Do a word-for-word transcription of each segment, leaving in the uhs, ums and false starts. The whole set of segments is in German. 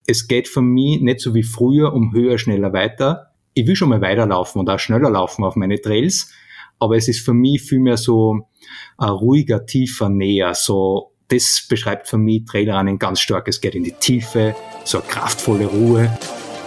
es geht für mich nicht so wie früher um höher, schneller, weiter. Ich will schon mal weiterlaufen und auch schneller laufen auf meine Trails, aber es ist für mich vielmehr so ein ruhiger, tiefer, näher. So, das beschreibt für mich Trailrunning ganz stark. Es geht in die Tiefe, so eine kraftvolle Ruhe.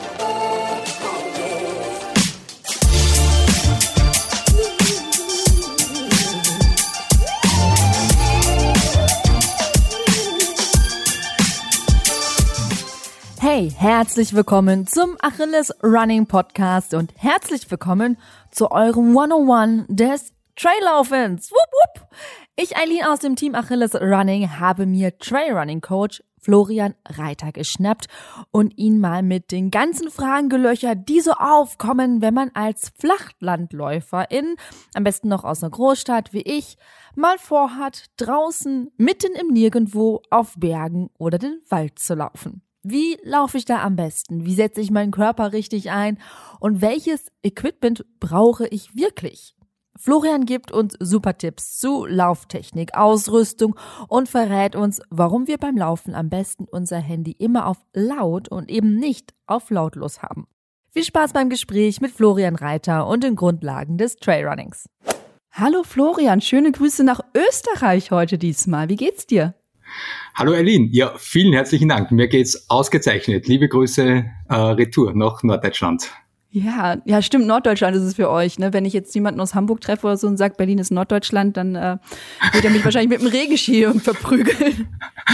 Hey, herzlich willkommen zum Achilles Running Podcast und herzlich willkommen zu eurem hunderteins des Traillaufens. Wupp, wupp. Ich, Eileen aus dem Team Achilles Running, habe mir Trailrunning Coach Florian Reiter geschnappt und ihn mal mit den ganzen Fragen gelöchert, die so aufkommen, wenn man als Flachlandläuferin, am besten noch aus einer Großstadt wie ich, mal vorhat, draußen mitten im Nirgendwo auf Bergen oder den Wald zu laufen. Wie laufe ich da am besten? Wie setze ich meinen Körper richtig ein? Und welches Equipment brauche ich wirklich? Florian gibt uns super Tipps zu Lauftechnik, Ausrüstung und verrät uns, warum wir beim Laufen am besten unser Handy immer auf laut und eben nicht auf lautlos haben. Viel Spaß beim Gespräch mit Florian Reiter und den Grundlagen des Trailrunnings. Hallo Florian, schöne Grüße nach Österreich heute diesmal. Wie geht's dir? Hallo Eileen, ja, vielen herzlichen Dank. Mir geht's ausgezeichnet. Liebe Grüße äh, retour nach Norddeutschland. Ja, ja, stimmt, Norddeutschland ist es für euch, ne? Wenn ich jetzt jemanden aus Hamburg treffe oder so und sage, Berlin ist Norddeutschland, dann äh, wird er mich wahrscheinlich mit dem Regenschirm verprügeln.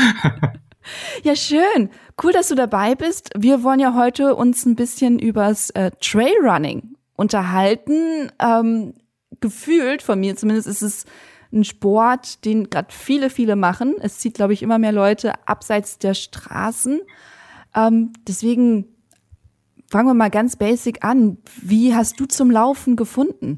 Ja, schön. Cool, dass du dabei bist. Wir wollen ja heute uns ein bisschen übers äh, Trailrunning unterhalten. Ähm, gefühlt, von mir zumindest, ist es ein Sport, den gerade viele, viele machen. Es zieht, glaube ich, immer mehr Leute abseits der Straßen. Ähm, deswegen fangen wir mal ganz basic an. Wie hast du zum Laufen gefunden?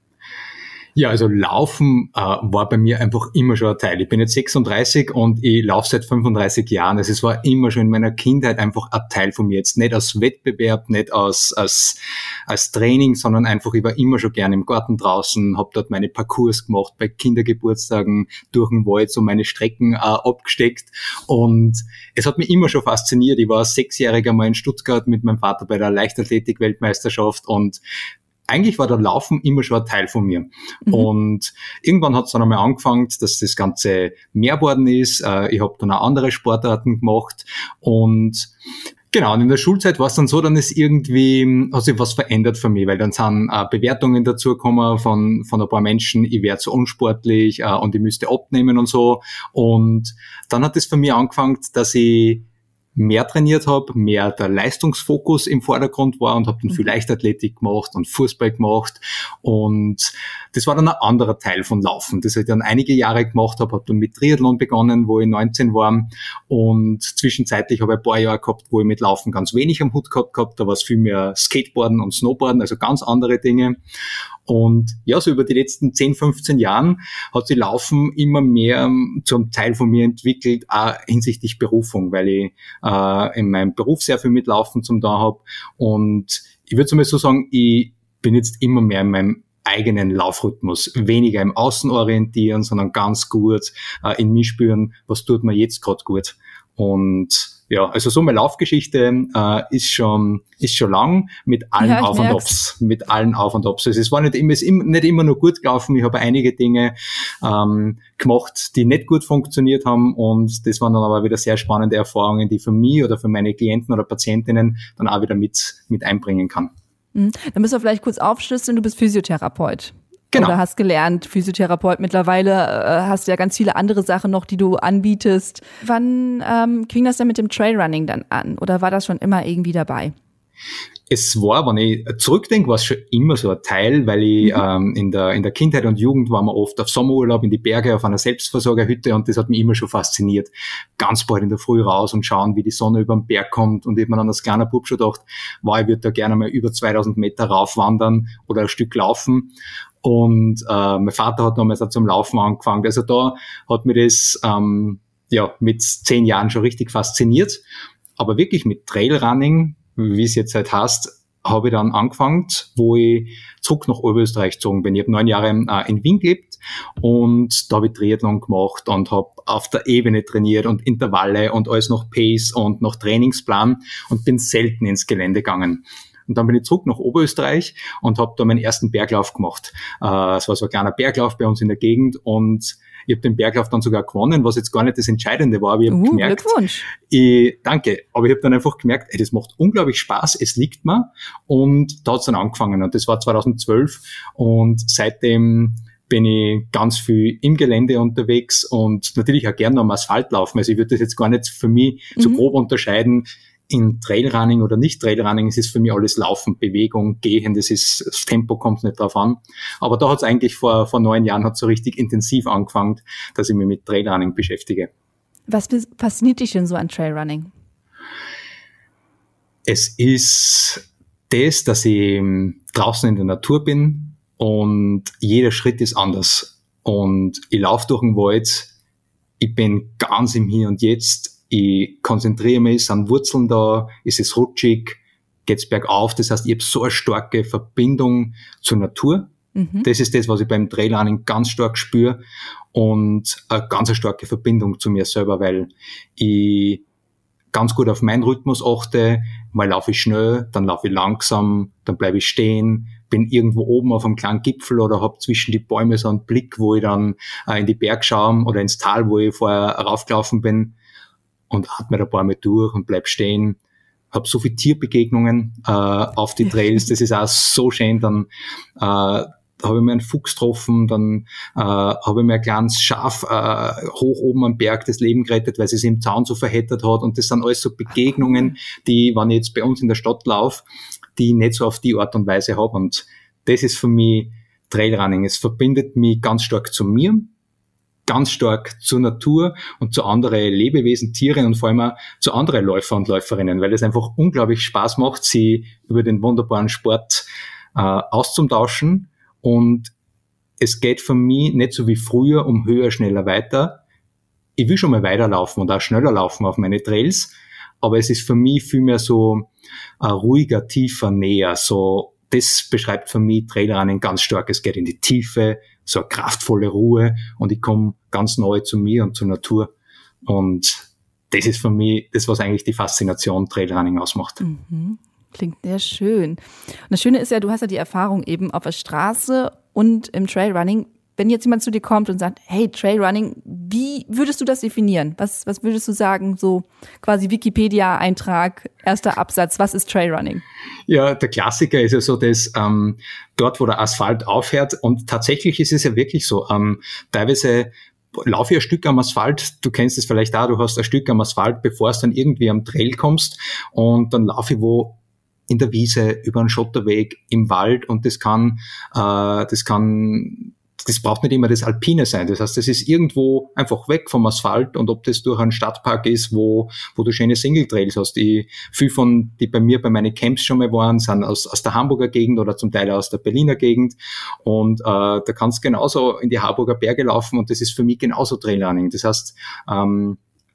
Ja, also Laufen äh, war bei mir einfach immer schon ein Teil. Ich bin jetzt sechsunddreißig und ich laufe seit fünfunddreißig Jahren. Also es war immer schon in meiner Kindheit einfach ein Teil von mir. Jetzt nicht aus Wettbewerb, nicht aus als, als Training, sondern einfach, ich war immer schon gerne im Garten draußen, habe dort meine Parcours gemacht, bei Kindergeburtstagen durch den Wald so meine Strecken äh, abgesteckt. Und es hat mich immer schon fasziniert. Ich war sechsjähriger mal in Stuttgart mit meinem Vater bei der Leichtathletik-Weltmeisterschaft und eigentlich war der Laufen immer schon ein Teil von mir. Mhm. Und irgendwann hat es dann einmal angefangen, dass das Ganze mehr geworden ist. Ich habe dann auch andere Sportarten gemacht. Und genau, und in der Schulzeit war es dann so, dann ist irgendwie, hat sich was verändert für mich, weil dann sind äh, Bewertungen dazu gekommen von, von ein paar Menschen, ich wäre zu unsportlich äh, und ich müsste abnehmen und so. Und dann hat es für mich angefangen, dass ich mehr trainiert habe, mehr der Leistungsfokus im Vordergrund war und habe dann viel Leichtathletik gemacht und Fußball gemacht und das war dann ein anderer Teil von Laufen, das ich dann einige Jahre gemacht habe, habe dann mit Triathlon begonnen, wo ich neunzehn war und zwischenzeitlich habe ich ein paar Jahre gehabt, wo ich mit Laufen ganz wenig am Hut gehabt gehabt, da war es viel mehr Skateboarden und Snowboarden, also ganz andere Dinge. Und ja, so über die letzten zehn, fünfzehn Jahren hat sich Laufen immer mehr zum Teil von mir entwickelt, auch hinsichtlich Berufung, weil ich äh, in meinem Beruf sehr viel mit Laufen zum da habe. Und ich würde mal so sagen, ich bin jetzt immer mehr in meinem eigenen Laufrhythmus, weniger im Außen orientieren, sondern ganz gut äh, in mich spüren, was tut mir jetzt gerade gut. Und ja, also so meine Laufgeschichte äh, ist schon ist schon lang mit allen ja, Auf und Ups, mit allen Auf und Ups. Also es war nicht immer es ist nicht immer nur gut gelaufen. Ich habe einige Dinge ähm, gemacht, die nicht gut funktioniert haben und das waren dann aber wieder sehr spannende Erfahrungen, die für mich oder für meine Klienten oder Patientinnen dann auch wieder mit mit einbringen kann. Mhm. Dann müssen wir vielleicht kurz aufschlüsseln. Du bist Physiotherapeut. Genau. Oder hast gelernt, Physiotherapeut. Mittlerweile äh, hast du ja ganz viele andere Sachen noch, die du anbietest. Wann ähm, fing das denn mit dem Trailrunning dann an? Oder war das schon immer irgendwie dabei? Es war, wenn ich zurückdenke, war es schon immer so ein Teil, weil ich mhm. ähm, in der in der Kindheit und Jugend waren wir oft auf Sommerurlaub in die Berge auf einer Selbstversorgerhütte und das hat mich immer schon fasziniert. Ganz bald in der Früh raus und schauen, wie die Sonne über den Berg kommt und ich habe mir dann als kleiner Bub schon gedacht, wow, ich würde da gerne mal über zweitausend Meter raufwandern oder ein Stück laufen. Und äh, mein Vater hat damals auch zum Laufen angefangen. Also da hat mich das ähm, ja mit zehn Jahren schon richtig fasziniert. Aber wirklich mit Trailrunning, wie es jetzt halt heißt, habe ich dann angefangen, wo ich zurück nach Oberösterreich gezogen bin. Ich habe neun Jahre äh, in Wien gelebt und da habe ich Triathlon gemacht und habe auf der Ebene trainiert und Intervalle und alles nach Pace und nach Trainingsplan und bin selten ins Gelände gegangen. Und dann bin ich zurück nach Oberösterreich und habe da meinen ersten Berglauf gemacht. Äh, es war so ein kleiner Berglauf bei uns in der Gegend und ich habe den Berglauf dann sogar gewonnen, was jetzt gar nicht das Entscheidende war. Aber ich habe uh, gemerkt, Glückwunsch. Ich, danke, aber ich habe dann einfach gemerkt, ey, das macht unglaublich Spaß, es liegt mir. Und da hat's dann angefangen und das war zweitausendzwölf und seitdem bin ich ganz viel im Gelände unterwegs und natürlich auch gerne am Asphalt laufen. Also ich würde das jetzt gar nicht für mich mhm. so grob unterscheiden, in Trailrunning oder nicht Trailrunning, es ist für mich alles Laufen, Bewegung, Gehen, das ist, das Tempo kommt nicht drauf an. Aber da hat es eigentlich vor, vor neun Jahren hat so richtig intensiv angefangen, dass ich mich mit Trailrunning beschäftige. Was fasziniert dich denn so an Trailrunning? Es ist das, dass ich draußen in der Natur bin und jeder Schritt ist anders. Und ich laufe durch den Wald, ich bin ganz im Hier und Jetzt. Ich konzentriere mich, sind Wurzeln da, ist es rutschig, geht's bergauf. Das heißt, ich habe so eine starke Verbindung zur Natur. Mhm. Das ist das, was ich beim Trailrunning ganz stark spüre und eine ganz starke Verbindung zu mir selber, weil ich ganz gut auf meinen Rhythmus achte. Mal laufe ich schnell, dann laufe ich langsam, dann bleibe ich stehen, bin irgendwo oben auf einem kleinen Gipfel oder habe zwischen die Bäume so einen Blick, wo ich dann in die Berg schaue oder ins Tal, wo ich vorher raufgelaufen bin. Und atme da ein paar Mal durch und bleib stehen. Hab so viele Tierbegegnungen äh, auf die Trails, das ist auch so schön. Dann äh, habe ich mir einen Fuchs getroffen, dann äh, habe ich mir ein kleines Schaf äh, hoch oben am Berg das Leben gerettet, weil es sich im Zaun so verheddert hat. Und das sind alles so Begegnungen, die, wenn ich jetzt bei uns in der Stadt laufe, die ich nicht so auf die Art und Weise habe. Und das ist für mich Trailrunning. Es verbindet mich ganz stark zu mir, ganz stark zur Natur und zu anderen Lebewesen, Tieren und vor allem auch zu anderen Läufer und Läuferinnen, weil es einfach unglaublich Spaß macht, sie über den wunderbaren Sport äh, auszutauschen. Und es geht für mich nicht so wie früher um höher, schneller, weiter. Ich will schon mal weiterlaufen und auch schneller laufen auf meine Trails, aber es ist für mich vielmehr so ein ruhiger, tiefer, näher, so das beschreibt für mich Trailrunning ganz stark. Es geht in die Tiefe, so eine kraftvolle Ruhe und ich komme ganz neu zu mir und zur Natur. Und das ist für mich das, was eigentlich die Faszination Trailrunning ausmacht. Mhm. Klingt sehr schön. Und das Schöne ist ja, du hast ja die Erfahrung eben auf der Straße und im Trailrunning. Wenn jetzt jemand zu dir kommt und sagt, hey, Trailrunning, wie würdest du das definieren? Was, was würdest du sagen, so quasi Wikipedia-Eintrag, erster Absatz, was ist Trailrunning? Ja, der Klassiker ist ja so, dass ähm, dort, wo der Asphalt aufhört, und tatsächlich ist es ja wirklich so, ähm, teilweise laufe ich ein Stück am Asphalt, du kennst es vielleicht auch, du hast ein Stück am Asphalt, bevor es dann irgendwie am Trail kommst, und dann laufe ich wo in der Wiese, über einen Schotterweg, im Wald, und das kann, äh, das kann das braucht nicht immer das Alpine sein. Das heißt, das ist irgendwo einfach weg vom Asphalt, und ob das durch einen Stadtpark ist, wo wo du schöne Single-Trails hast. Die, viel von, die bei mir bei meinen Camps schon mal waren, sind aus, aus der Hamburger Gegend oder zum Teil aus der Berliner Gegend. Und äh, da kannst du genauso in die Harburger Berge laufen, und das ist für mich genauso Trailrunning. Das heißt, ähm,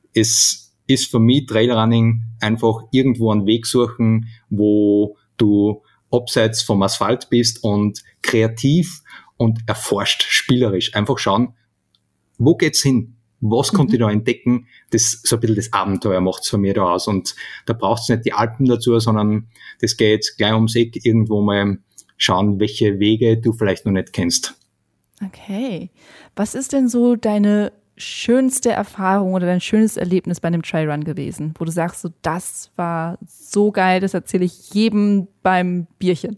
es ist für mich Trailrunning einfach irgendwo einen Weg suchen, wo du abseits vom Asphalt bist und kreativ und erforscht, spielerisch. Einfach schauen, wo geht's hin? Was mhm. konnte ich da entdecken? Das, so ein bisschen das Abenteuer macht's von mir da aus. Und da braucht's nicht die Alpen dazu, sondern das geht gleich ums Eck, irgendwo mal schauen, welche Wege du vielleicht noch nicht kennst. Okay. Was ist denn so deine schönste Erfahrung oder dein schönes Erlebnis bei einem Trailrun gewesen, wo du sagst, so, das war so geil, das erzähle ich jedem beim Bierchen?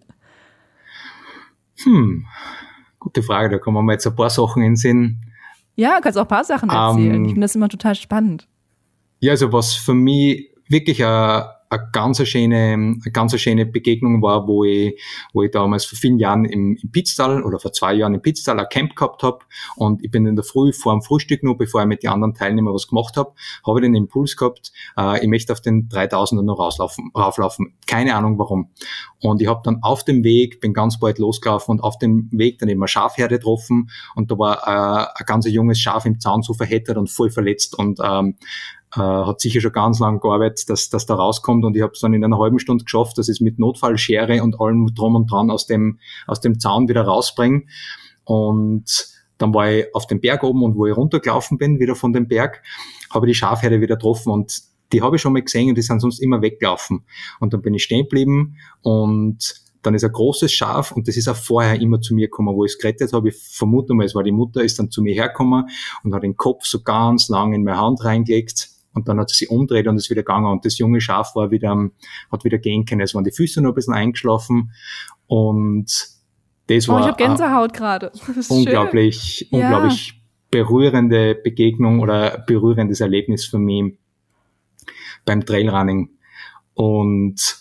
Hm, gute Frage, da kommen wir jetzt ein paar Sachen in den Sinn. Ja, kannst auch ein paar Sachen erzählen. Um, ich finde das immer total spannend. Ja, also was für mich wirklich eine, eine ganz eine schöne, eine ganz eine schöne Begegnung war, wo ich, wo ich damals vor vielen Jahren im, im Pitztal oder vor zwei Jahren im Pitztal ein Camp gehabt habe, und ich bin in der Früh vor dem Frühstück nur, bevor ich mit den anderen Teilnehmern was gemacht habe, habe ich den Impuls gehabt, äh, ich möchte auf den dreitausender noch rauslaufen, rauflaufen. Keine Ahnung warum. Und ich habe dann auf dem Weg, bin ganz bald losgelaufen, und auf dem Weg dann eben eine Schafherde getroffen, und da war äh, ein ganz junges Schaf im Zaun so verheddert und voll verletzt, und ähm, äh, hat sicher schon ganz lang gearbeitet, dass das da rauskommt, und ich habe es dann in einer halben Stunde geschafft, dass ich es mit Notfallschere und allem drum und dran aus dem aus dem Zaun wieder rausbringe. Und dann war ich auf dem Berg oben, und wo ich runtergelaufen bin, wieder von dem Berg, habe ich die Schafherde wieder getroffen, und die habe ich schon mal gesehen, und die sind sonst immer weggelaufen. Und dann bin ich stehen geblieben, und dann ist ein großes Schaf, und das ist auch vorher immer zu mir gekommen, wo ich es gerettet habe. Ich vermute mal, es war die Mutter, ist dann zu mir hergekommen und hat den Kopf so ganz lang in meine Hand reingelegt, und dann hat sie sich umgedreht und ist wieder gegangen, und das junge Schaf war wieder, hat wieder gehen können. Es waren die Füße noch ein bisschen eingeschlafen, und das war oh, ich habe Gänsehaut gerade. unglaublich, schön. unglaublich ja. berührende Begegnung oder berührendes Erlebnis für mich beim Trailrunning. Und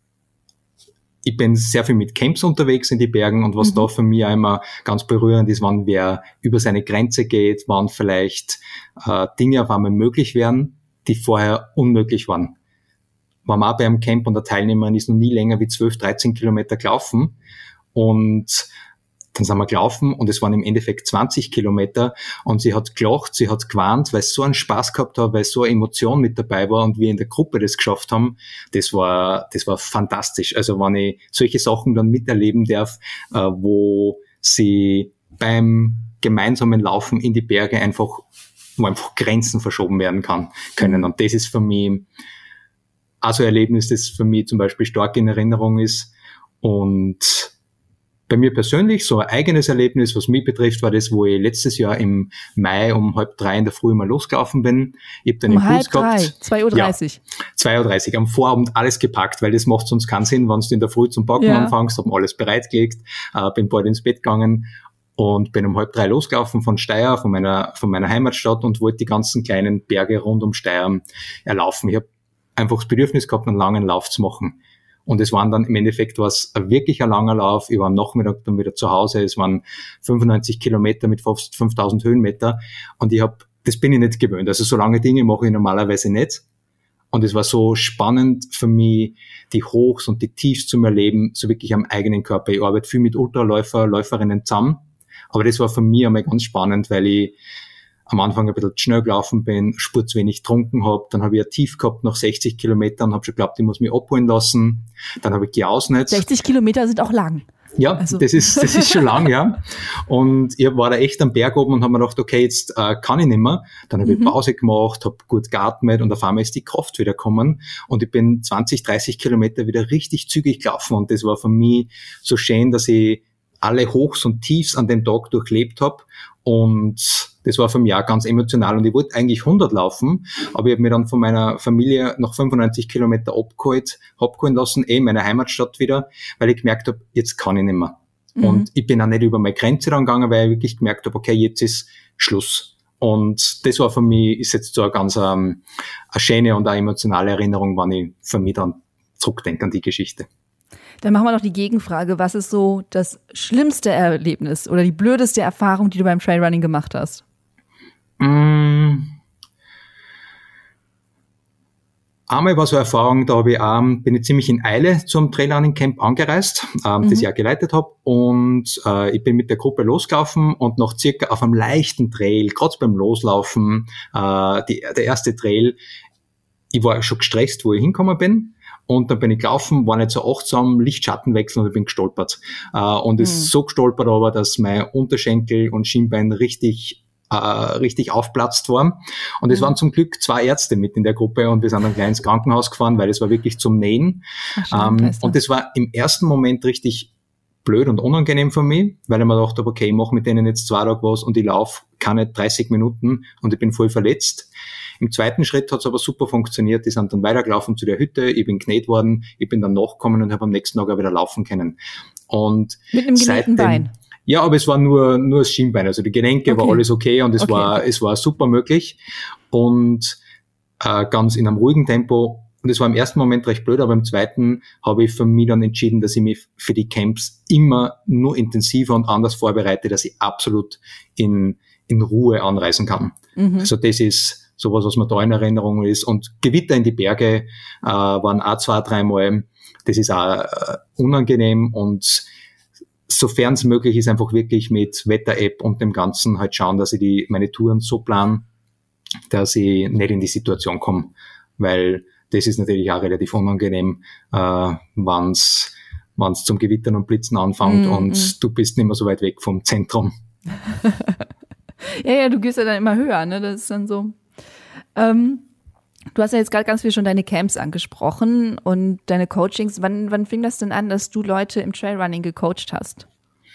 ich bin sehr viel mit Camps unterwegs in die Bergen, und was mhm. da für mich auch immer ganz berührend ist, wenn wer über seine Grenze geht, wann vielleicht äh, Dinge auf einmal möglich werden, die vorher unmöglich waren. Wenn man auch bei einem Camp und der Teilnehmerin ist noch nie länger wie zwölf, dreizehn Kilometer gelaufen, und dann sind wir gelaufen, und es waren im Endeffekt zwanzig Kilometer, und sie hat gelacht, sie hat gewarnt, weil es so einen Spaß gehabt hat, weil so eine Emotion mit dabei war, und wir in der Gruppe das geschafft haben, das war, das war fantastisch. Also wenn ich solche Sachen dann miterleben darf, äh, wo sie beim gemeinsamen Laufen in die Berge einfach, wo einfach Grenzen verschoben werden kann, können. Und das ist für mich also ein Erlebnis, das für mich zum Beispiel stark in Erinnerung ist. Und bei mir persönlich, so ein eigenes Erlebnis, was mich betrifft, war das, wo ich letztes Jahr im Mai um halb drei in der Früh mal losgelaufen bin. Ich habe den um Impuls halb gehabt. Drei, zwei Uhr dreißig. Ja, zwei Uhr dreißig, am Vorabend alles gepackt, weil das macht sonst keinen Sinn, wenn du in der Früh zum Backen ja. anfängst, habe alles bereitgelegt, äh, bin bald ins Bett gegangen und bin um halb drei losgelaufen von Steyr, von meiner, von meiner Heimatstadt, und wollte die ganzen kleinen Berge rund um Steyr erlaufen. Ich habe einfach das Bedürfnis gehabt, einen langen Lauf zu machen. Und es waren dann im Endeffekt was wirklich ein langer Lauf. Ich war am Nachmittag dann wieder zu Hause. Es waren fünfundneunzig Kilometer mit fast fünftausend Höhenmeter. Und ich habe, das bin ich nicht gewöhnt. Also so lange Dinge mache ich normalerweise nicht. Und es war so spannend für mich, die Hochs und die Tiefs zu erleben, so wirklich am eigenen Körper. Ich arbeite viel mit Ultraläufer, Läuferinnen zusammen. Aber das war für mich einmal ganz spannend, weil ich am Anfang ein bisschen schnell gelaufen bin, spurz wenig getrunken habe, dann habe ich ein Tief gehabt nach sechzig Kilometern, habe schon geglaubt, ich muss mich abholen lassen, dann habe ich geausnet. sechzig Kilometer sind auch lang. Ja, also. das ist das ist schon lang, ja. Und ich war da echt am Berg oben und habe mir gedacht, okay, jetzt äh, kann ich nicht mehr. Dann habe mhm. ich Pause gemacht, habe gut geatmet, und auf einmal ist die Kraft wieder gekommen, und ich bin zwanzig, dreißig Kilometer wieder richtig zügig gelaufen, und das war für mich so schön, dass ich alle Hochs und Tiefs an dem Tag durchlebt habe, und das war für mich auch ganz emotional, und ich wollte eigentlich hundert laufen, aber ich habe mich dann von meiner Familie nach fünfundneunzig Kilometer abgeholt, abgeholen lassen, eh in meiner Heimatstadt wieder, weil ich gemerkt habe, jetzt kann ich nicht mehr. Mhm. Und ich bin auch nicht über meine Grenze dann gegangen, weil ich wirklich gemerkt habe, okay, jetzt ist Schluss. Und das war für mich, ist jetzt so eine ganz ähm, eine schöne und eine emotionale Erinnerung, wenn ich für mich dann zurückdenke an die Geschichte. Dann machen wir noch die Gegenfrage. Was ist so das schlimmste Erlebnis oder die blödeste Erfahrung, die du beim Trailrunning gemacht hast? Mm. Einmal war so eine Erfahrung, da habe ich auch, bin ich ziemlich in Eile zum Trailrunning-Camp angereist, ähm, mhm. das ich auch geleitet habe. Und äh, ich bin mit der Gruppe losgelaufen, und noch circa auf einem leichten Trail, gerade beim Loslaufen, äh, die, der erste Trail, ich war schon gestresst, wo ich hingekommen bin. Und dann bin ich gelaufen, war nicht so achtsam, Licht-Schatten-Wechsel, und ich bin gestolpert. Äh, und es ist mhm. so gestolpert aber, dass mein Unterschenkel und Schienbein richtig, äh, richtig aufplatzt waren. Und es mhm. waren zum Glück zwei Ärzte mit in der Gruppe, und wir sind dann gleich ins Krankenhaus gefahren, weil es war wirklich zum Nähen. Ach, ähm, und das war im ersten Moment richtig blöd und unangenehm für mich, weil ich mir gedacht habe, okay, ich mache mit denen jetzt zwei Tage was, und ich laufe keine dreißig Minuten, und ich bin voll verletzt. Im zweiten Schritt hat es aber super funktioniert. Die sind dann weitergelaufen zu der Hütte, ich bin genäht worden, ich bin dann nachgekommen und habe am nächsten Tag auch wieder laufen können. Und mit einem genähten Bein? Ja, aber es war nur nur das Schienbein, also die Gelenke, okay. war alles okay, und es okay. war es war super möglich, und äh, ganz in einem ruhigen Tempo. Und es war im ersten Moment recht blöd, aber im zweiten habe ich für mich dann entschieden, dass ich mich für die Camps immer nur intensiver und anders vorbereite, dass ich absolut in in Ruhe anreisen kann. Mhm. Also das ist sowas, was mir da in Erinnerung ist. Und Gewitter in die Berge äh, waren auch zwei, dreimal. Das ist auch äh, unangenehm, und sofern es möglich ist, einfach wirklich mit Wetter-App und dem Ganzen halt schauen, dass ich die meine Touren so plan, dass ich nicht in die Situation komme, weil das ist natürlich auch relativ unangenehm, äh, wenn's wenn's zum Gewittern und Blitzen anfängt mm, und mm. du bist nicht mehr so weit weg vom Zentrum. ja, ja, du gehst ja dann immer höher, ne? Das ist dann so. Ähm, du hast ja jetzt gerade ganz viel schon deine Camps angesprochen und deine Coachings. Wann, wann fing das denn an, dass du Leute im Trailrunning gecoacht hast?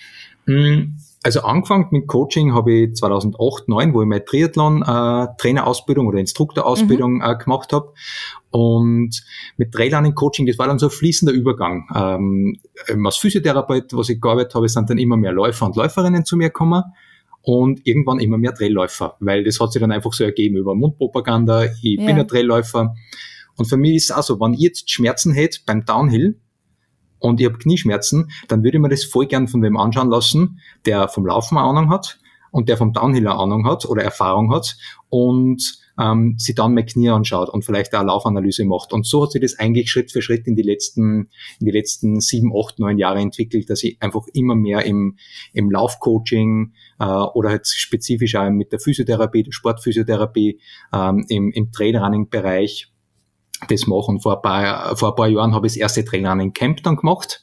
Also angefangen mit Coaching habe ich zweitausendacht, neun, wo ich meine Triathlon-Trainerausbildung äh, oder Instruktораusbildung mhm. äh, gemacht habe. Und mit Trailrunning-Coaching, das war dann so ein fließender Übergang. Ähm, als Physiotherapeut, was ich gearbeitet habe, sind dann immer mehr Läufer und Läuferinnen zu mir gekommen. Und irgendwann immer mehr Trailläufer, weil das hat sich dann einfach so ergeben über Mundpropaganda. Ich ja. bin ein Trailläufer. Und für mich ist es auch so, wenn ich jetzt Schmerzen hätte beim Downhill und ich habe Knieschmerzen, dann würde ich mir das voll gern von wem anschauen lassen, der vom Laufen eine Ahnung hat und der vom Downhill eine Ahnung hat oder Erfahrung hat und ähm, sich dann mein Knie anschaut und vielleicht auch eine Laufanalyse macht. Und so hat sich das eigentlich Schritt für Schritt in die letzten, in die letzten sieben, acht, neun Jahre entwickelt, dass ich einfach immer mehr im, im Laufcoaching äh, oder halt spezifisch auch mit der Physiotherapie, der Sportphysiotherapie, ähm, im, im Trailrunning-Bereich das mache. Und vor ein paar, vor ein paar Jahren habe ich das erste Trailrunning-Camp dann gemacht.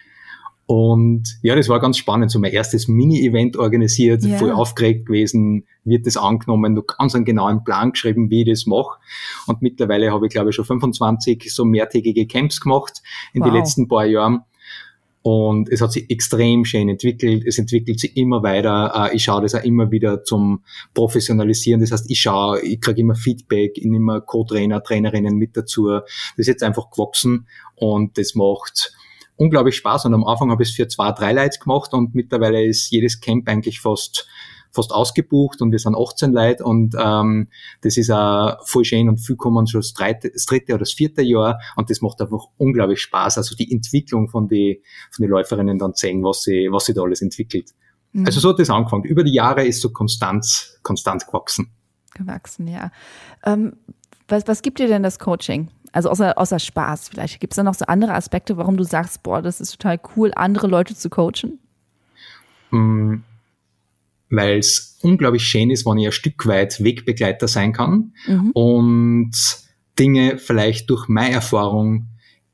Und ja, das war ganz spannend. So mein erstes Mini-Event organisiert, yeah. voll aufgeregt gewesen, wird das angenommen, noch ganz einen genauen Plan geschrieben, wie ich das mache. Und mittlerweile habe ich, glaube ich, schon fünfundzwanzig so mehrtägige Camps gemacht in wow. den letzten paar Jahren. Und es hat sich extrem schön entwickelt. Es entwickelt sich immer weiter. Ich schaue das auch immer wieder zum Professionalisieren. Das heißt, ich schaue, ich kriege immer Feedback, ich nehme immer Co-Trainer, Trainerinnen mit dazu. Das ist jetzt einfach gewachsen und das macht unglaublich Spaß. Und am Anfang habe ich es für zwei, drei Leute gemacht und mittlerweile ist jedes Camp eigentlich fast fast ausgebucht und wir sind achtzehn Leute und ähm, das ist auch voll schön und viel kommen schon das dritte, das dritte oder das vierte Jahr und das macht einfach unglaublich Spaß, also die Entwicklung von die von den Läuferinnen dann sehen, was sie was sie da alles entwickelt. Mhm. Also so hat das angefangen. Über die Jahre ist so konstant konstant gewachsen. Gewachsen, ja. Ähm, was was gibt dir denn das Coaching? Also außer außer Spaß vielleicht. Gibt es da noch so andere Aspekte, warum du sagst, boah, das ist total cool, andere Leute zu coachen? Mhm. Weil es unglaublich schön ist, wenn ich ein Stück weit Wegbegleiter sein kann mhm. und Dinge vielleicht durch meine Erfahrung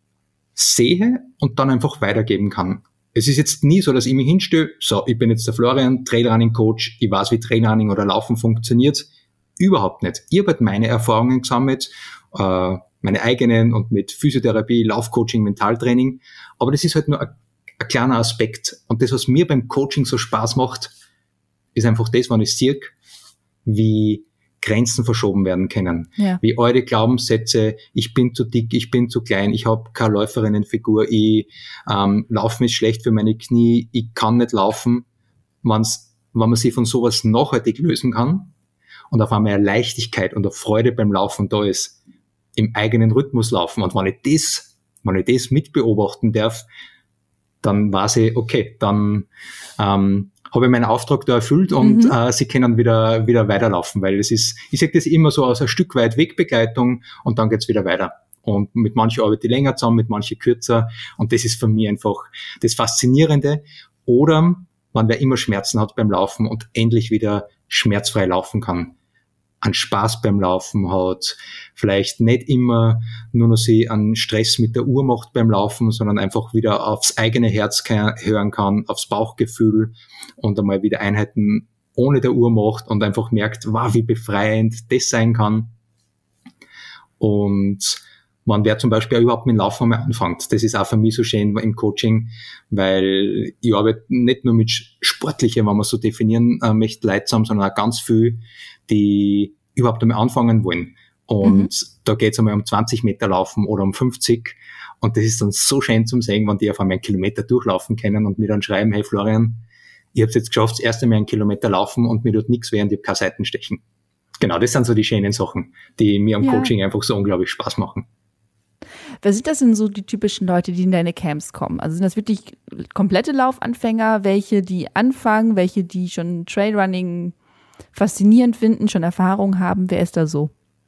sehe und dann einfach weitergeben kann. Es ist jetzt nie so, dass ich mich hinstelle, so, ich bin jetzt der Florian, Trailrunning-Coach, ich weiß, wie Trailrunning oder Laufen funktioniert. Überhaupt nicht. Ich habe halt meine Erfahrungen gesammelt, äh, meine eigenen und mit Physiotherapie, Laufcoaching, Mentaltraining. Aber das ist halt nur ein, ein kleiner Aspekt. Und das, was mir beim Coaching so Spaß macht, ist einfach das, wenn ich sehe, wie Grenzen verschoben werden können. Ja. Wie eure Glaubenssätze, ich bin zu dick, ich bin zu klein, ich habe keine Läuferinnenfigur, ich ähm, Laufen ist schlecht für meine Knie, ich kann nicht laufen. Wenn's, wenn man sich von sowas nachhaltig lösen kann und auf einmal eine Leichtigkeit und eine Freude beim Laufen da ist, im eigenen Rhythmus laufen. Und wenn ich das, wenn ich das mitbeobachten darf, dann weiß ich, okay, dann ähm, habe ich meinen Auftrag da erfüllt und mhm. äh, sie können wieder wieder weiterlaufen, weil es ist, ich sage das immer so aus ein Stück weit Wegbegleitung und dann geht's wieder weiter. Und mit manchen arbeite ich länger zusammen, mit manchen kürzer und das ist für mich einfach das Faszinierende. Oder wenn wer immer Schmerzen hat beim Laufen und endlich wieder schmerzfrei laufen kann, an Spaß beim Laufen hat, vielleicht nicht immer nur noch sie an Stress mit der Uhr macht beim Laufen, sondern einfach wieder aufs eigene Herz hören kann, aufs Bauchgefühl und einmal wieder Einheiten ohne der Uhr macht und einfach merkt, wow, wie befreiend das sein kann. Und man wer zum Beispiel auch überhaupt mit dem Laufen mal anfängt. Das ist auch für mich so schön im Coaching, weil ich arbeite nicht nur mit Sportlichen, wenn man so definieren äh, möchte, Leute zusammen, sondern auch ganz viel, die überhaupt einmal anfangen wollen. Und mhm. da geht es einmal um zwanzig Meter laufen oder um fünfzig. Und das ist dann so schön zum sehen, wenn die auf einmal einen Kilometer durchlaufen können und mir dann schreiben, hey Florian, ich habe es jetzt geschafft, das erste Mal einen Kilometer laufen und mir tut nichts weh und ich habe keine Seitenstechen. Genau, das sind so die schönen Sachen, die mir am ja. Coaching einfach so unglaublich Spaß machen. Wer sind das denn so die typischen Leute, die in deine Camps kommen? Also sind das wirklich komplette Laufanfänger, welche die anfangen, welche die schon Trailrunning faszinierend finden, schon Erfahrung haben? Wer ist da so?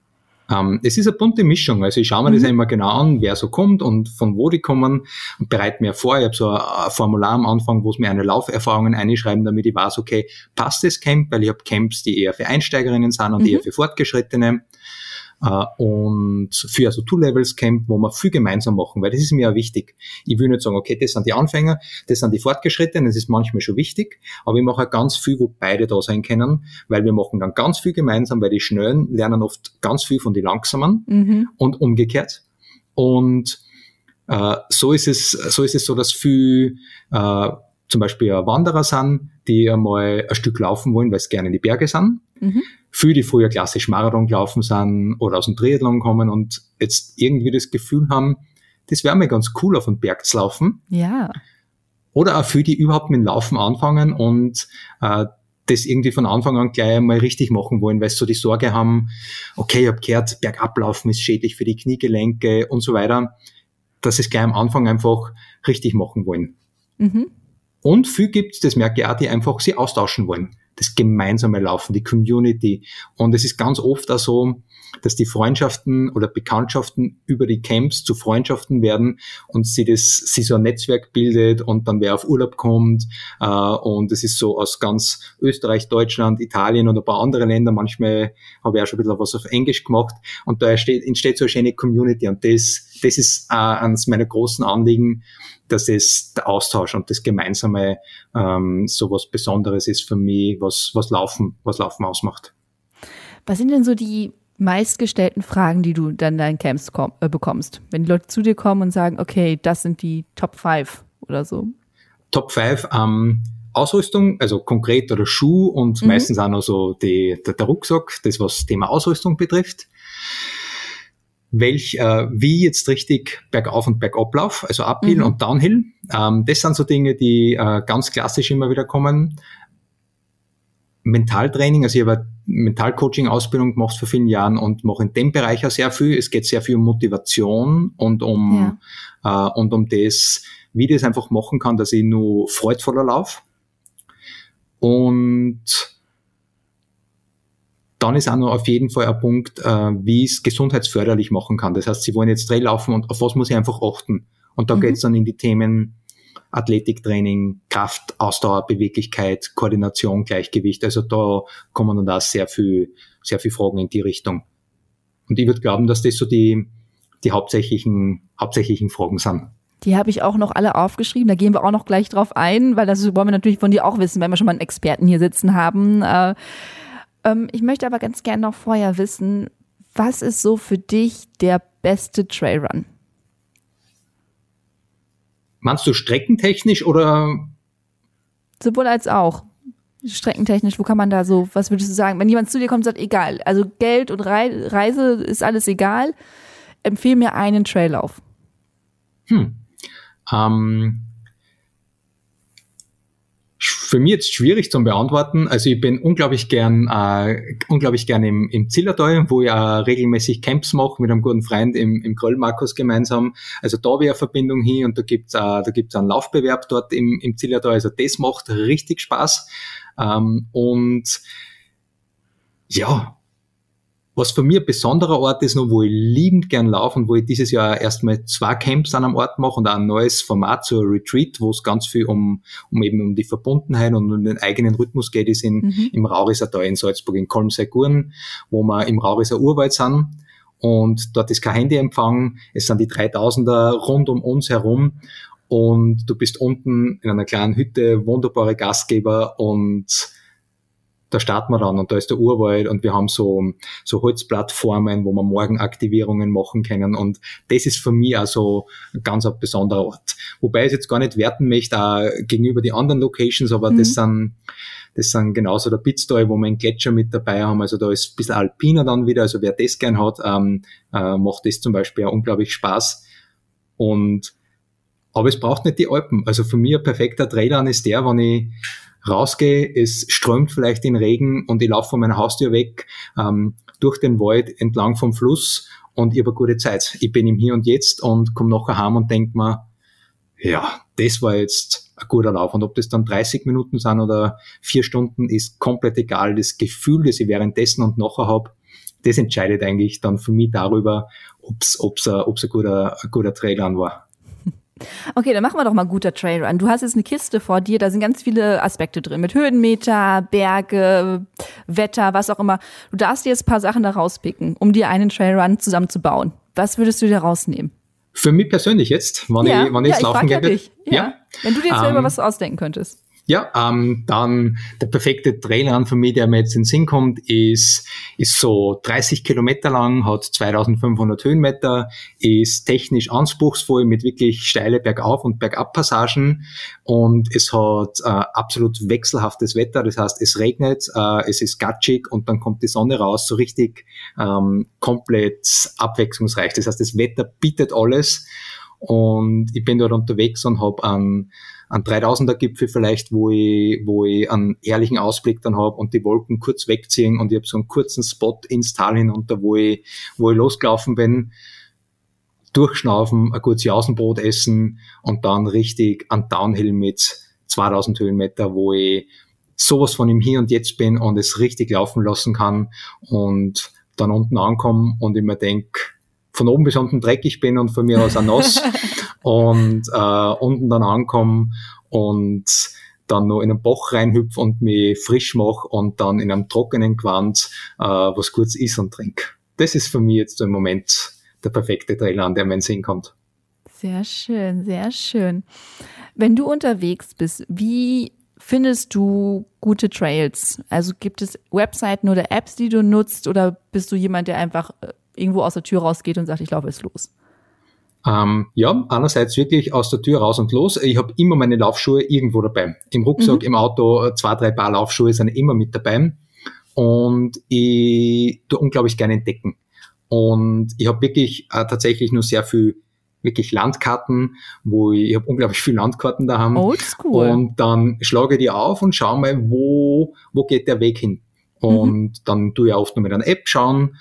Ähm, es ist eine bunte Mischung. Also ich schaue mir mhm. das immer genau an, wer so kommt und von wo die kommen und bereite mir vor. Ich habe so ein, ein Formular am Anfang, wo es mir eine Lauferfahrungen einschreiben, damit ich weiß, okay, passt das Camp, weil ich habe Camps, die eher für Einsteigerinnen sind und mhm. eher für Fortgeschrittene. Uh, und für also Two-Levels-Camp, wo wir viel gemeinsam machen, weil das ist mir auch wichtig. Ich will nicht sagen, okay, das sind die Anfänger, das sind die Fortgeschrittenen, das ist manchmal schon wichtig, aber ich mache auch ganz viel, wo beide da sein können, weil wir machen dann ganz viel gemeinsam, weil die Schnellen lernen oft ganz viel von den Langsamen mhm. und umgekehrt. Und uh, so ist es, so ist es so, dass viel uh, zum Beispiel Wanderer sind, die einmal ein Stück laufen wollen, weil sie gerne in die Berge sind. Mhm. Viele, die früher klassisch Marathon gelaufen sind oder aus dem Triathlon kommen und jetzt irgendwie das Gefühl haben, das wäre mir ganz cool, auf den Berg zu laufen. Ja. Oder auch viele, die überhaupt mit dem Laufen anfangen und äh, das irgendwie von Anfang an gleich einmal richtig machen wollen, weil sie so die Sorge haben, okay, ich habe gehört, Bergablaufen ist schädlich für die Kniegelenke und so weiter, dass sie es gleich am Anfang einfach richtig machen wollen. Mhm. Und viel gibt's, das merke ich auch, die einfach sie austauschen wollen. Das gemeinsame Laufen, die Community. Und es ist ganz oft auch so, dass die Freundschaften oder Bekanntschaften über die Camps zu Freundschaften werden und sie das, sie so ein Netzwerk bildet und dann wer auf Urlaub kommt, äh, und es ist so aus ganz Österreich, Deutschland, Italien und ein paar andere Länder. Manchmal habe ich auch schon ein bisschen was auf Englisch gemacht und da entsteht, entsteht so eine schöne Community und das, das ist äh, eines meiner großen Anliegen, dass es der Austausch und das Gemeinsame ähm, so was Besonderes ist für mich, was was Laufen, was Laufen ausmacht. Was sind denn so die meistgestellten Fragen, die du dann in deinen Camps komm, äh, bekommst? Wenn die Leute zu dir kommen und sagen, okay, das sind die Top fünf oder so. Top fünf, ähm, Ausrüstung, also konkret oder Schuh und mhm. meistens auch noch so die, der, der Rucksack, das was das Thema Ausrüstung betrifft. Welch, äh, wie jetzt richtig bergauf und bergab lauf, also Uphill mhm. und Downhill. Ähm, das sind so Dinge, die äh, ganz klassisch immer wieder kommen. Mentaltraining, also ich habe eine Mentalcoaching-Ausbildung gemacht vor vielen Jahren und mache in dem Bereich auch sehr viel. Es geht sehr viel um Motivation und um ja. äh, und um das, wie ich das einfach machen kann, dass ich nur freudvoller laufe. Und dann ist auch noch auf jeden Fall ein Punkt, äh, wie ich es gesundheitsförderlich machen kann. Das heißt, Sie wollen jetzt Trail laufen und auf was muss ich einfach achten? Und da mhm. geht es dann in die Themen Athletiktraining, Kraft, Ausdauer, Beweglichkeit, Koordination, Gleichgewicht. Also da kommen dann auch sehr viel, sehr viel Fragen in die Richtung. Und ich würde glauben, dass das so die, die hauptsächlichen, hauptsächlichen Fragen sind. Die habe ich auch noch alle aufgeschrieben, da gehen wir auch noch gleich drauf ein, weil das wollen wir natürlich von dir auch wissen, wenn wir schon mal einen Experten hier sitzen haben. Äh, ähm, ich möchte aber ganz gerne noch vorher wissen, was ist so für dich der beste Trailrun? Meinst du streckentechnisch oder? Sowohl als auch. Streckentechnisch, wo kann man da so, was würdest du sagen? Wenn jemand zu dir kommt und sagt, egal, also Geld und Reise ist alles egal, empfehle mir einen Traillauf. Hm. Ähm, für mich jetzt schwierig zu beantworten. Also ich bin unglaublich gern, äh, unglaublich gern im, im Zillertal, wo ich äh, regelmäßig Camps mache mit einem guten Freund im, im Gröll Markus gemeinsam. Also da wäre eine Verbindung hin und da gibt's äh, da gibt's einen Laufbewerb dort im, im Zillertal. Also das macht richtig Spaß. Ähm, und ja, was für mich ein besonderer Ort ist noch, wo ich liebend gern laufe und wo ich dieses Jahr erstmal zwei Camps an einem Ort mache und auch ein neues Format, so ein Retreat, wo es ganz viel um, um eben um die Verbundenheit und um den eigenen Rhythmus geht, ist in, mhm. im Rauriser Tal in Salzburg, in Kolmsee-Gurn, wo wir im Rauriser Urwald sind und dort ist kein Handyempfang, es sind die dreitausender rund um uns herum und du bist unten in einer kleinen Hütte, wunderbare Gastgeber und da starten wir dann und da ist der Urwald und wir haben so, so Holzplattformen, wo wir Morgenaktivierungen machen können und das ist für mich auch so ein ganz ein besonderer Ort. Wobei ich es jetzt gar nicht werten möchte, auch gegenüber die anderen Locations, aber mhm. das sind, das sind genauso der Pitztal, wo wir einen Gletscher mit dabei haben, also da ist ein bisschen alpiner dann wieder, also wer das gern hat, ähm, äh, macht das zum Beispiel auch unglaublich Spaß und, aber es braucht nicht die Alpen, also für mich ein perfekter Trailrun ist der, wenn ich rausgehe, es strömt vielleicht in Regen und ich laufe von meiner Haustür weg, ähm, durch den Wald, entlang vom Fluss und ich habe eine gute Zeit. Ich bin im Hier und Jetzt und komme nachher heim und denke mir, ja, das war jetzt ein guter Lauf. Und ob das dann dreißig Minuten sind oder vier Stunden, ist komplett egal. Das Gefühl, das ich währenddessen und nachher habe, das entscheidet eigentlich dann für mich darüber, ob's, ob's, a, ob's ein guter, ein guter Trailrun war. Okay, dann machen wir doch mal guter Trailrun. Du hast jetzt eine Kiste vor dir, da sind ganz viele Aspekte drin, mit Höhenmeter, Berge, Wetter, was auch immer. Du darfst dir jetzt ein paar Sachen da rauspicken, um dir einen Trailrun zusammenzubauen. Was würdest du dir rausnehmen? Für mich persönlich jetzt, wenn ja, ich, wenn ich ja, jetzt ich laufen ja gehe. dich. Ja. ja. Wenn du dir jetzt ähm, selber was ausdenken könntest. Ja, ähm, dann der perfekte Trailrun für mich, der mir jetzt in den Sinn kommt, ist, ist so dreißig Kilometer lang, hat zweitausendfünfhundert Höhenmeter, ist technisch anspruchsvoll mit wirklich steile Bergauf- und Bergabpassagen und es hat äh, absolut wechselhaftes Wetter, das heißt, es regnet, äh, es ist gatschig und dann kommt die Sonne raus, so richtig ähm, komplett abwechslungsreich. Das heißt, das Wetter bietet alles und ich bin dort unterwegs und habe einen ein dreitausender-Gipfel vielleicht, wo ich, wo ich einen herrlichen Ausblick dann habe und die Wolken kurz wegziehen und ich habe so einen kurzen Spot ins Tal hinunter, wo ich, wo ich losgelaufen bin, durchschnaufen, ein gutes Jausenbrot essen und dann richtig ein Downhill mit zweitausend Höhenmeter, wo ich sowas von im Hier und Jetzt bin und es richtig laufen lassen kann und dann unten ankomme und ich mir denke, von oben bis unten dreckig bin und von mir aus auch nass und äh, unten dann ankomme und dann noch in einen Bach reinhüpfe und mich frisch mache und dann in einem trockenen Gewand äh, was kurz isst und trinke. Das ist für mich jetzt im Moment der perfekte Trailrun, der mir in den Sinn kommt. Sehr schön, sehr schön. Wenn du unterwegs bist, wie findest du gute Trails? Also gibt es Webseiten oder Apps, die du nutzt oder bist du jemand, der einfach irgendwo aus der Tür rausgeht und sagt, ich laufe jetzt los? Ähm, ja, einerseits wirklich aus der Tür raus und los. Ich habe immer meine Laufschuhe irgendwo dabei. Im Rucksack, mhm. im Auto, zwei, drei Paar Laufschuhe sind immer mit dabei. Und ich tue unglaublich gerne entdecken. Und ich habe wirklich äh, tatsächlich nur sehr viel wirklich Landkarten, wo ich, ich habe unglaublich viele Landkarten daheim. Oldschool. Und dann schlage ich die auf und schaue mal, wo, wo geht der Weg hin. Und mhm. dann tue ich oft noch mit einer App schauen.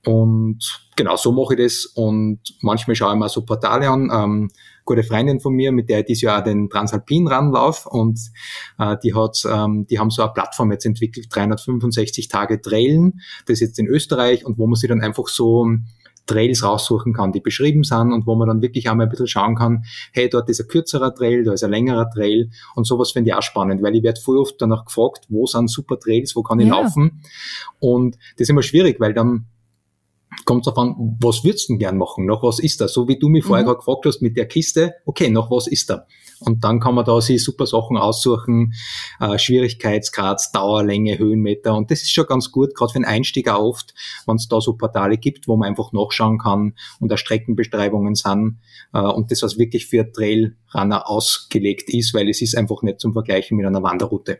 Und genau, so mache ich das. Und manchmal schaue ich mir so Portale an. Ähm, gute Freundin von mir, mit der ich dieses Jahr auch den Transalpin Run laufe. Und äh, die hat, ähm, die haben so eine Plattform jetzt entwickelt, dreihundertfünfundsechzig Tage Trailen. Das ist jetzt in Österreich und wo man sich dann einfach so Trails raussuchen kann, die beschrieben sind und wo man dann wirklich einmal ein bisschen schauen kann, hey, dort ist ein kürzerer Trail, da ist ein längerer Trail und sowas finde ich auch spannend, weil ich werde voll oft danach gefragt, wo sind super Trails, wo kann ich ja. laufen? Und das ist immer schwierig, weil dann kommt es darauf an, was würdest du denn gern machen? Nach was ist da? So wie du mich vorher mhm. gerade gefragt hast mit der Kiste, okay, nach was ist da? Und dann kann man da sich super Sachen aussuchen, äh, Schwierigkeitsgrad, Dauer, Länge, Höhenmeter. Und das ist schon ganz gut, gerade für einen Einstieg auch oft, wenn es da so Portale gibt, wo man einfach nachschauen kann und da Streckenbeschreibungen sind. Äh, und das, was wirklich für Trailrunner ausgelegt ist, weil es ist einfach nicht zum Vergleichen mit einer Wanderroute.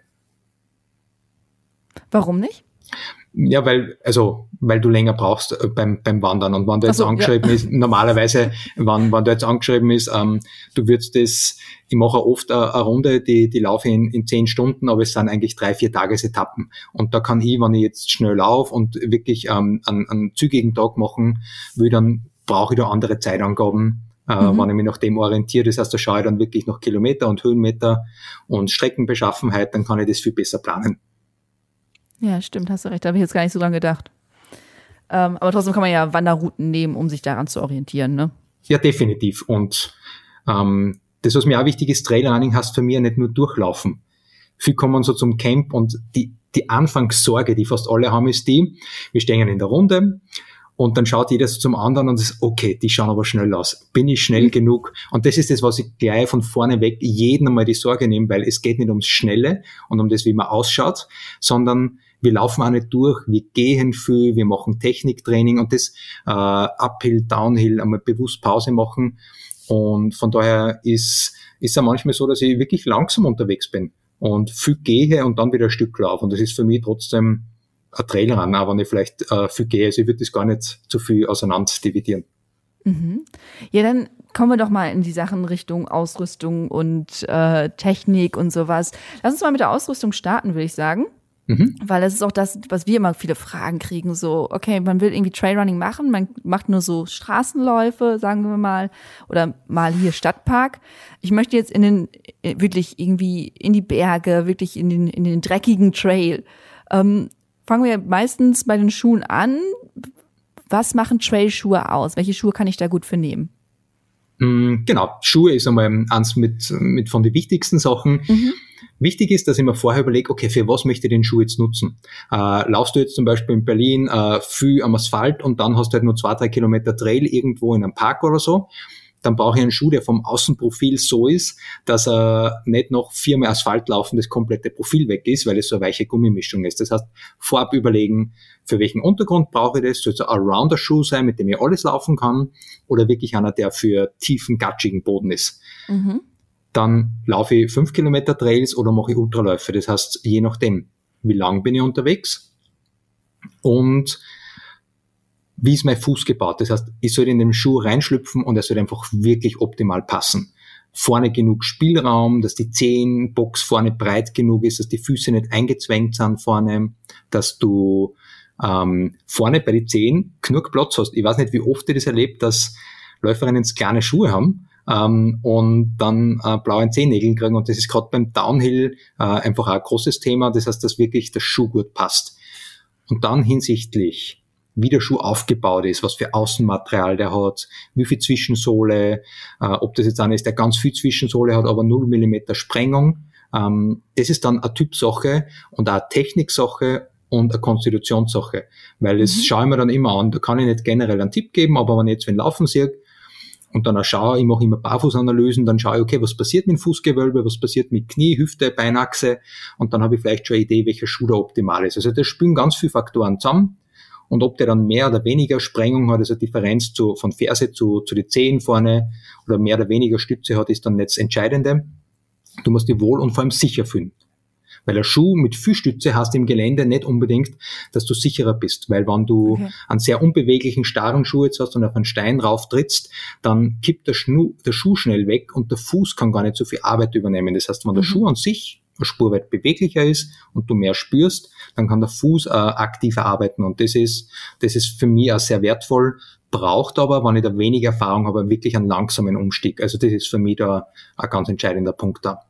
Warum nicht? Ja, weil, also, weil du länger brauchst äh, beim, beim Wandern. Und wenn du jetzt so, angeschrieben ja. ist, normalerweise, wenn, wenn du jetzt angeschrieben ist, ähm, du würdest das, ich mache auch oft eine, eine Runde, die, die laufe ich in, in zehn Stunden, aber es sind eigentlich drei, vier Tagesetappen. Und da kann ich, wenn ich jetzt schnell laufe und wirklich ähm, einen, einen zügigen Tag machen will, dann brauche ich da andere Zeitangaben, äh, mhm. wenn ich mich nach dem orientiere. Das heißt, da schaue ich dann wirklich nach Kilometer und Höhenmeter und Streckenbeschaffenheit, dann kann ich das viel besser planen. Ja, stimmt, hast du recht. Da habe ich jetzt gar nicht so dran gedacht. Ähm, aber trotzdem kann man ja Wanderrouten nehmen, um sich daran zu orientieren, ne? Ja, definitiv. Und ähm, das, was mir auch wichtig ist, Trailrunning heißt für mich ja nicht nur durchlaufen. Viele kommen so zum Camp und die, die Anfangssorge, die fast alle haben, ist die, wir stehen in der Runde und dann schaut jeder so zum anderen und ist, okay, die schauen aber schnell aus. Bin ich schnell mhm. genug? Und das ist das, was ich gleich von vorne weg jedem einmal die Sorge nehme, weil es geht nicht ums Schnelle und um das, wie man ausschaut, sondern wir laufen auch nicht durch, wir gehen viel, wir machen Techniktraining und das äh, Uphill, Downhill, einmal bewusst Pause machen. Und von daher ist ist ja manchmal so, dass ich wirklich langsam unterwegs bin und viel gehe und dann wieder ein Stück laufe. Und das ist für mich trotzdem ein Trailrun, auch wenn ich vielleicht äh, viel gehe. Also ich würde das gar nicht zu viel auseinander dividieren. Mhm. Ja, dann kommen wir doch mal in die Sachen Richtung Ausrüstung und äh, Technik und sowas. Lass uns mal mit der Ausrüstung starten, würde ich sagen. Mhm. Weil das ist auch das, was wir immer viele Fragen kriegen, so, okay, man will irgendwie Trailrunning machen, man macht nur so Straßenläufe, sagen wir mal, oder mal hier Stadtpark. Ich möchte jetzt in den, wirklich irgendwie in die Berge, wirklich in den, in den dreckigen Trail. Ähm, fangen wir meistens bei den Schuhen an. Was machen Trailschuhe aus? Welche Schuhe kann ich da gut für nehmen? Genau, Schuhe ist einmal eins mit, mit von den wichtigsten Sachen. Mhm. Wichtig ist, dass ich mir vorher überlege, okay, für was möchte ich den Schuh jetzt nutzen? Äh, laufst du jetzt zum Beispiel in Berlin äh, viel am Asphalt und dann hast du halt nur zwei, drei Kilometer Trail irgendwo in einem Park oder so, dann brauche ich einen Schuh, der vom Außenprofil so ist, dass er nicht noch viermal Asphalt laufen, das komplette Profil weg ist, weil es so eine weiche Gummimischung ist. Das heißt, vorab überlegen, für welchen Untergrund brauche ich das? Soll es ein Allrounder-Schuh sein, mit dem ich alles laufen kann? Oder wirklich einer, der für tiefen, gatschigen Boden ist? Mhm. Dann laufe ich fünf Kilometer Trails oder mache ich Ultraläufe. Das heißt, je nachdem, wie lang bin ich unterwegs und wie ist mein Fuß gebaut. Das heißt, ich soll in den Schuh reinschlüpfen und er soll einfach wirklich optimal passen. Vorne genug Spielraum, dass die Zehenbox vorne breit genug ist, dass die Füße nicht eingezwängt sind vorne, dass du ähm, vorne bei den Zehen genug Platz hast. Ich weiß nicht, wie oft ich das erlebt, dass Läuferinnen kleine Schuhe haben, Ähm, und dann äh, blaue Zehennägel kriegen, und das ist gerade beim Downhill äh, einfach auch ein großes Thema. Das heißt, dass wirklich der Schuh gut passt. Und dann hinsichtlich, wie der Schuh aufgebaut ist, was für Außenmaterial der hat, wie viel Zwischensohle, äh, ob das jetzt einer ist, der ganz viel Zwischensohle hat, aber null Millimeter Sprengung. Ähm, das ist dann eine Typsache und auch eine Techniksache und eine Konstitutionssache, weil das mhm. schaue ich mir dann immer an. Da kann ich nicht generell einen Tipp geben, aber wenn ich jetzt wenn Laufen sehe und dann auch schaue, ich mache immer Barfußanalysen, dann schaue ich, okay, was passiert mit dem Fußgewölbe, was passiert mit Knie, Hüfte, Beinachse, und dann habe ich vielleicht schon eine Idee, welcher Schuh da optimal ist. Also da spielen ganz viele Faktoren zusammen, und ob der dann mehr oder weniger Sprengung hat, also Differenz zu, von Ferse zu, zu den Zehen vorne, oder mehr oder weniger Stütze hat, ist dann nicht das Entscheidende. Du musst dich wohl und vor allem sicher fühlen. Weil ein Schuh mit viel Stütze hast im Gelände nicht unbedingt, dass du sicherer bist. Weil wenn du okay. einen sehr unbeweglichen, starren Schuh jetzt hast und auf einen Stein rauf trittst, dann kippt der, Schnu- der Schuh schnell weg und der Fuß kann gar nicht so viel Arbeit übernehmen. Das heißt, wenn der mhm. Schuh an sich eine Spur weit beweglicher ist und du mehr spürst, dann kann der Fuß äh, aktiver arbeiten. Und das ist, das ist für mich auch sehr wertvoll, braucht aber, wenn ich da wenig Erfahrung habe, wirklich einen langsamen Umstieg. Also das ist für mich da ein ganz entscheidender Punkt da.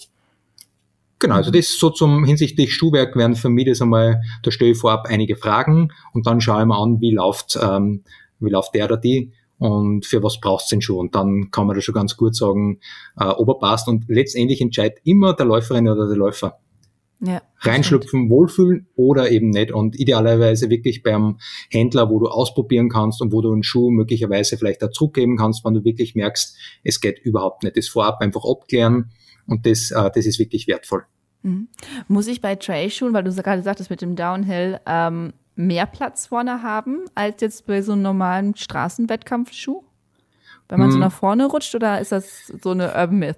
Genau, also das so zum hinsichtlich Schuhwerk wären für mich das einmal, da stelle ich vorab einige Fragen und dann schaue ich mir an, wie läuft, ähm, wie läuft der oder die und für was brauchst du den Schuh, und dann kann man da schon ganz gut sagen, äh, ob er passt, und letztendlich entscheidet immer der Läuferin oder der Läufer. Ja, reinschlüpfen, wohlfühlen oder eben nicht, und idealerweise wirklich beim Händler, wo du ausprobieren kannst und wo du einen Schuh möglicherweise vielleicht auch zurückgeben kannst, wenn du wirklich merkst, es geht überhaupt nicht. Das vorab einfach abklären, und das, äh, das ist wirklich wertvoll. Mhm. Muss ich bei Trailschuhen, weil du gerade sagtest mit dem Downhill, ähm, mehr Platz vorne haben als jetzt bei so einem normalen Straßenwettkampfschuh? Wenn man mhm. so nach vorne rutscht, oder ist das so eine Urban Myth?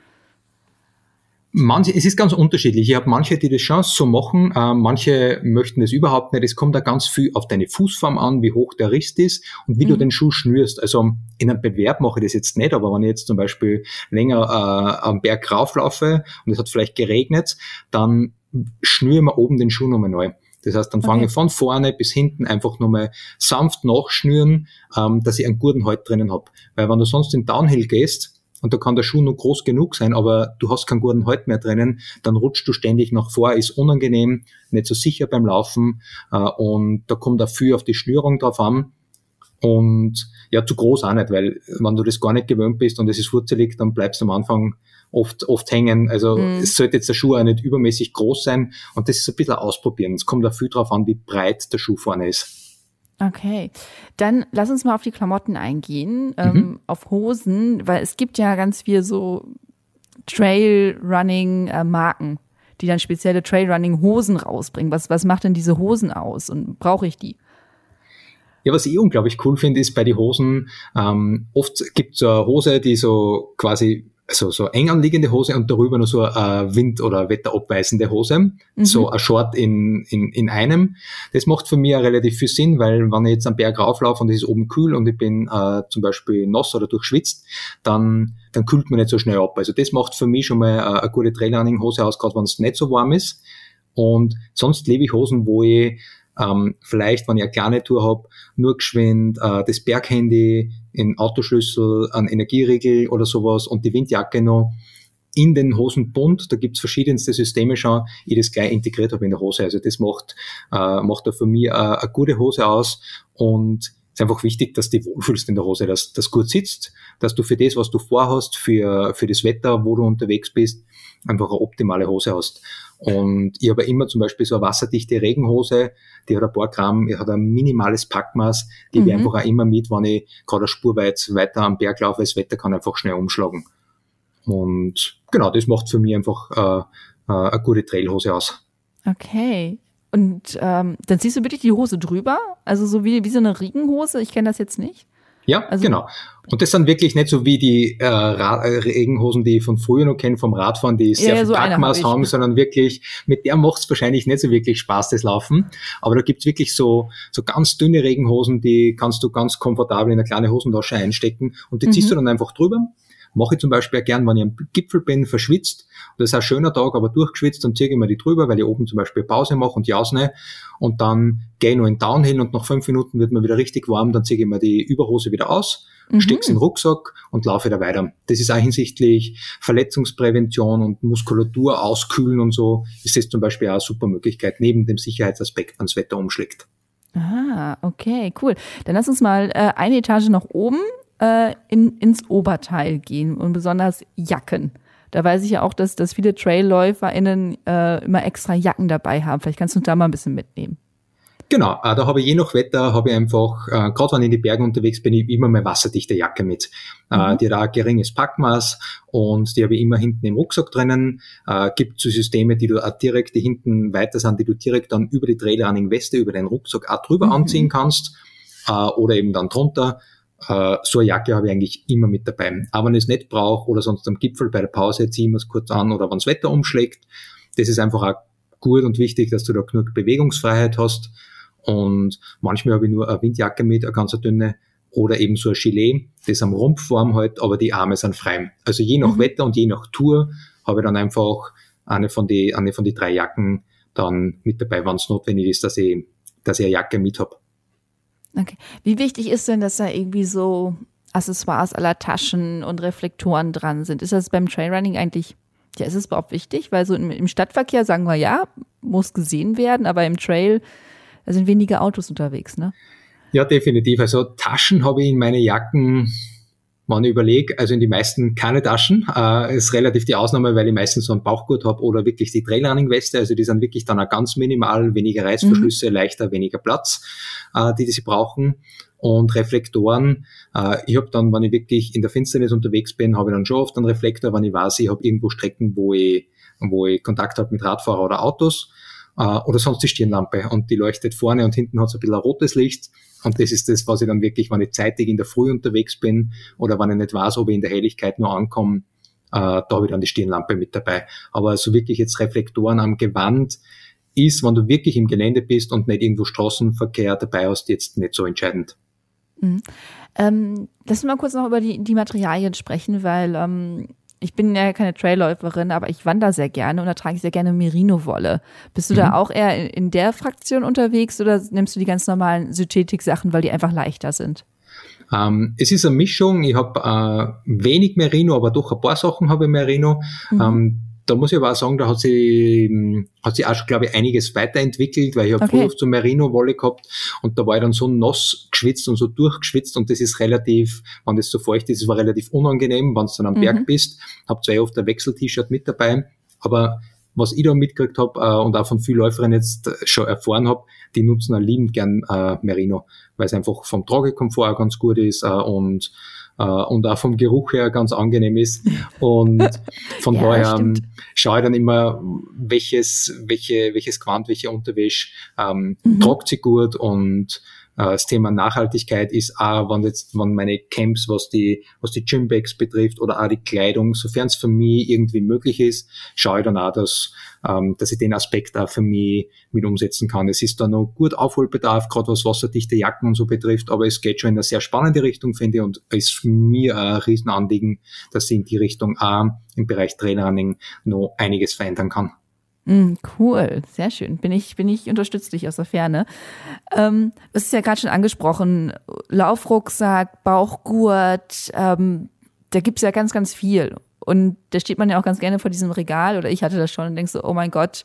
Manche, es ist ganz unterschiedlich. Ich habe manche, die das schon so machen, äh, manche möchten das überhaupt nicht. Es kommt da ganz viel auf deine Fußform an, wie hoch der Rist ist und wie mhm. du den Schuh schnürst. Also in einem Bewerb mache ich das jetzt nicht, aber wenn ich jetzt zum Beispiel länger äh, am Berg rauflaufe und es hat vielleicht geregnet, dann schnüre ich mir oben den Schuh nochmal neu. Das heißt, dann fange okay. ich von vorne bis hinten einfach nochmal sanft nachschnüren, ähm, dass ich einen guten Halt drinnen habe. Weil wenn du sonst in Downhill gehst, und da kann der Schuh nur groß genug sein, aber du hast keinen guten Halt mehr drinnen, dann rutscht du ständig nach vor, ist unangenehm, nicht so sicher beim Laufen, äh, und da kommt auch viel auf die Schnürung drauf an, und ja, zu groß auch nicht, weil wenn du das gar nicht gewöhnt bist und es ist wurzelig, dann bleibst du am Anfang oft oft hängen. Also mhm. es sollte jetzt der Schuh auch nicht übermäßig groß sein, und das ist ein bisschen ausprobieren. Es kommt auch viel drauf an, wie breit der Schuh vorne ist. Okay, dann lass uns mal auf die Klamotten eingehen, ähm, mhm. auf Hosen, weil es gibt ja ganz viel so Trailrunning-Marken, die dann spezielle Trailrunning-Hosen rausbringen. Was, was macht denn diese Hosen aus, und brauche ich die? Ja, was ich unglaublich cool finde, ist bei den Hosen, ähm, oft gibt es so eine Hose, die so quasi so, so eng anliegende Hose und darüber noch so eine wind- oder wetterabweisende Hose, mhm. so ein Short in, in, in einem. Das macht für mich auch relativ viel Sinn, weil wenn ich jetzt am Berg rauflaufe und es ist oben kühl und ich bin äh, zum Beispiel nass oder durchschwitzt, dann, dann kühlt man nicht so schnell ab. Also das macht für mich schon mal eine, eine gute Trailrunning-Hose aus, gerade wenn es nicht so warm ist. Und sonst liebe ich Hosen, wo ich ähm, vielleicht, wenn ich eine kleine Tour habe, nur geschwind äh, das Berghandy, in Autoschlüssel, einen Energieriegel oder sowas und die Windjacke noch in den Hosenbund, da gibt's verschiedenste Systeme schon, ich das gleich integriert habe in der Hose. Also das macht, äh, macht da für mich äh, eine gute Hose aus und es ist einfach wichtig, dass du dich wohlfühlst in der Hose, dass das gut sitzt, dass du für das, was du vorhast, für, für das Wetter, wo du unterwegs bist, einfach eine optimale Hose hast. Und ich habe immer zum Beispiel so eine wasserdichte Regenhose, die hat ein paar Gramm, die hat ein minimales Packmaß, die mhm. ich einfach auch immer mit, wenn ich gerade eine Spur weit weiter am Berg laufe, das Wetter kann einfach schnell umschlagen. Und genau, das macht für mich einfach äh, äh, eine gute Trailhose aus. Okay. Und ähm, dann ziehst du wirklich die Hose drüber? Also so wie, wie so eine Regenhose? Ich kenne das jetzt nicht. Ja, also, genau. Und das sind wirklich nicht so wie die äh, Ra- Regenhosen, die ich von früher noch kenne, vom Radfahren, die sehr ja, viel so Packmaß hab haben, sondern wirklich, mit der macht es wahrscheinlich nicht so wirklich Spaß, das Laufen. Aber da gibt's wirklich so so ganz dünne Regenhosen, die kannst du ganz komfortabel in eine kleine Hosentasche einstecken und die mhm. ziehst du dann einfach drüber. Mache ich zum Beispiel auch gern, wenn ich am Gipfel bin, verschwitzt. Und das ist ein schöner Tag, aber durchgeschwitzt, dann ziehe ich mir die drüber, weil ich oben zum Beispiel Pause mache und die ausnehme. Und dann gehe ich noch in Downhill und nach fünf Minuten wird mir wieder richtig warm. Dann ziehe ich mir die Überhose wieder aus, mhm. steck's in den Rucksack und laufe wieder weiter. Das ist auch hinsichtlich Verletzungsprävention und Muskulatur auskühlen und so, ist das zum Beispiel auch eine super Möglichkeit, neben dem Sicherheitsaspekt, wenn das Wetter umschlägt. Ah, okay, cool. Dann lass uns mal äh, eine Etage nach oben In, ins Oberteil gehen und besonders Jacken. Da weiß ich ja auch, dass, dass viele TrailläuferInnen äh, immer extra Jacken dabei haben. Vielleicht kannst du da mal ein bisschen mitnehmen. Genau, äh, da habe ich je nach Wetter, habe ich einfach, äh, gerade wenn ich in die Berge unterwegs bin, ich immer meine wasserdichte Jacke mit. Mhm. Äh, die hat auch ein geringes Packmaß und die habe ich immer hinten im Rucksack drinnen. Äh, gibt so Systeme, die du auch direkt, die hinten weiter sind, die du direkt dann über die Trailrunning-Weste, über den Rucksack auch drüber mhm. anziehen kannst äh, oder eben dann drunter. Uh, so eine Jacke habe ich eigentlich immer mit dabei. Aber wenn ich es nicht brauche oder sonst am Gipfel bei der Pause ziehe ich mir es kurz an oder wenn das Wetter umschlägt, das ist einfach auch gut und wichtig, dass du da genug Bewegungsfreiheit hast. Und manchmal habe ich nur eine Windjacke mit, eine ganz dünne oder eben so ein Gilet, das am Rumpf warm hält, aber die Arme sind frei. Also je nach mhm. Wetter und je nach Tour habe ich dann einfach eine von die, eine von die drei Jacken dann mit dabei, wenn es notwendig ist, dass ich, dass ich eine Jacke mit habe. Okay. Wie wichtig ist denn, dass da irgendwie so Accessoires aller Taschen und Reflektoren dran sind? Ist das beim Trailrunning eigentlich, ja, ist es überhaupt wichtig? Weil so im, im Stadtverkehr sagen wir ja, muss gesehen werden, aber im Trail, da sind weniger Autos unterwegs, ne? Ja, definitiv. Also Taschen habe ich in meine Jacken, wenn ich überlege, also in die meisten keine Taschen. Äh, ist relativ die Ausnahme, weil ich meistens so einen Bauchgurt habe oder wirklich die Trailrunning-Weste. Also die sind wirklich dann auch ganz minimal, weniger Reißverschlüsse, mhm. leichter, weniger Platz, äh, die, die sie brauchen. Und Reflektoren, äh, ich habe dann, wenn ich wirklich in der Finsternis unterwegs bin, habe ich dann schon oft einen Reflektor, wenn ich weiß, ich habe irgendwo Strecken, wo ich, wo ich Kontakt habe mit Radfahrer oder Autos. Uh, oder sonst die Stirnlampe und die leuchtet vorne und hinten hat es ein bisschen ein rotes Licht und das ist das, was ich dann wirklich, wenn ich zeitig in der Früh unterwegs bin oder wenn ich nicht weiß, ob ich in der Helligkeit nur ankomme, uh, da habe ich dann die Stirnlampe mit dabei. Aber so wirklich jetzt Reflektoren am Gewand ist, wenn du wirklich im Gelände bist und nicht irgendwo Straßenverkehr dabei hast, jetzt nicht so entscheidend. Mhm. Ähm, lass uns mal kurz noch über die, die Materialien sprechen, weil ähm ich bin ja keine Trailläuferin, aber ich wandere sehr gerne und da trage ich sehr gerne Merino-Wolle. Bist du mhm. da auch eher in, in der Fraktion unterwegs oder nimmst du die ganz normalen Synthetik-Sachen, weil die einfach leichter sind? Ähm, es ist eine Mischung. Ich habe äh, wenig Merino, aber doch ein paar Sachen habe ich Merino. Mhm. Ähm, da muss ich aber auch sagen, da hat sich, hat sich auch schon, glaube ich, einiges weiterentwickelt, weil ich habe okay. voll oft so Merino-Wolle gehabt und da war ich dann so nass geschwitzt und so durchgeschwitzt und das ist relativ, wenn das so feucht ist, es war relativ unangenehm, wenn du dann am mhm. Berg bist. Hab zwar oft ein Wechsel-T-Shirt mit dabei, aber was ich da mitgekriegt habe äh, und auch von vielen Läuferinnen jetzt schon erfahren habe, die nutzen auch liebend gern äh, Merino, weil es einfach vom Tragekomfort auch ganz gut ist äh, und Uh, und auch vom Geruch her ganz angenehm ist. Und von ja, daher um, schaue ich dann immer, welches, welche, welches Gewand, welche Unterwäsche ähm, mhm. tragt sie gut und uh, das Thema Nachhaltigkeit ist auch, wenn jetzt, wenn meine Camps, was die, was die Gymbags betrifft oder auch die Kleidung, sofern es für mich irgendwie möglich ist, schaue ich dann auch, dass, ähm, dass ich den Aspekt auch für mich mit umsetzen kann. Es ist da noch gut Aufholbedarf, gerade was wasserdichte Jacken und so betrifft, aber es geht schon in eine sehr spannende Richtung, finde ich, und es ist für mich ein Riesenanliegen, dass ich in die Richtung auch im Bereich Trailrunning noch einiges verändern kann. Mm, cool, sehr schön. Bin ich, bin ich unterstütze dich aus der Ferne. Ähm, das ist ja gerade schon angesprochen, Laufrucksack, Bauchgurt, ähm, da gibt's ja ganz, ganz viel. Und da steht man ja auch ganz gerne vor diesem Regal, oder ich hatte das schon und denkst so, oh mein Gott,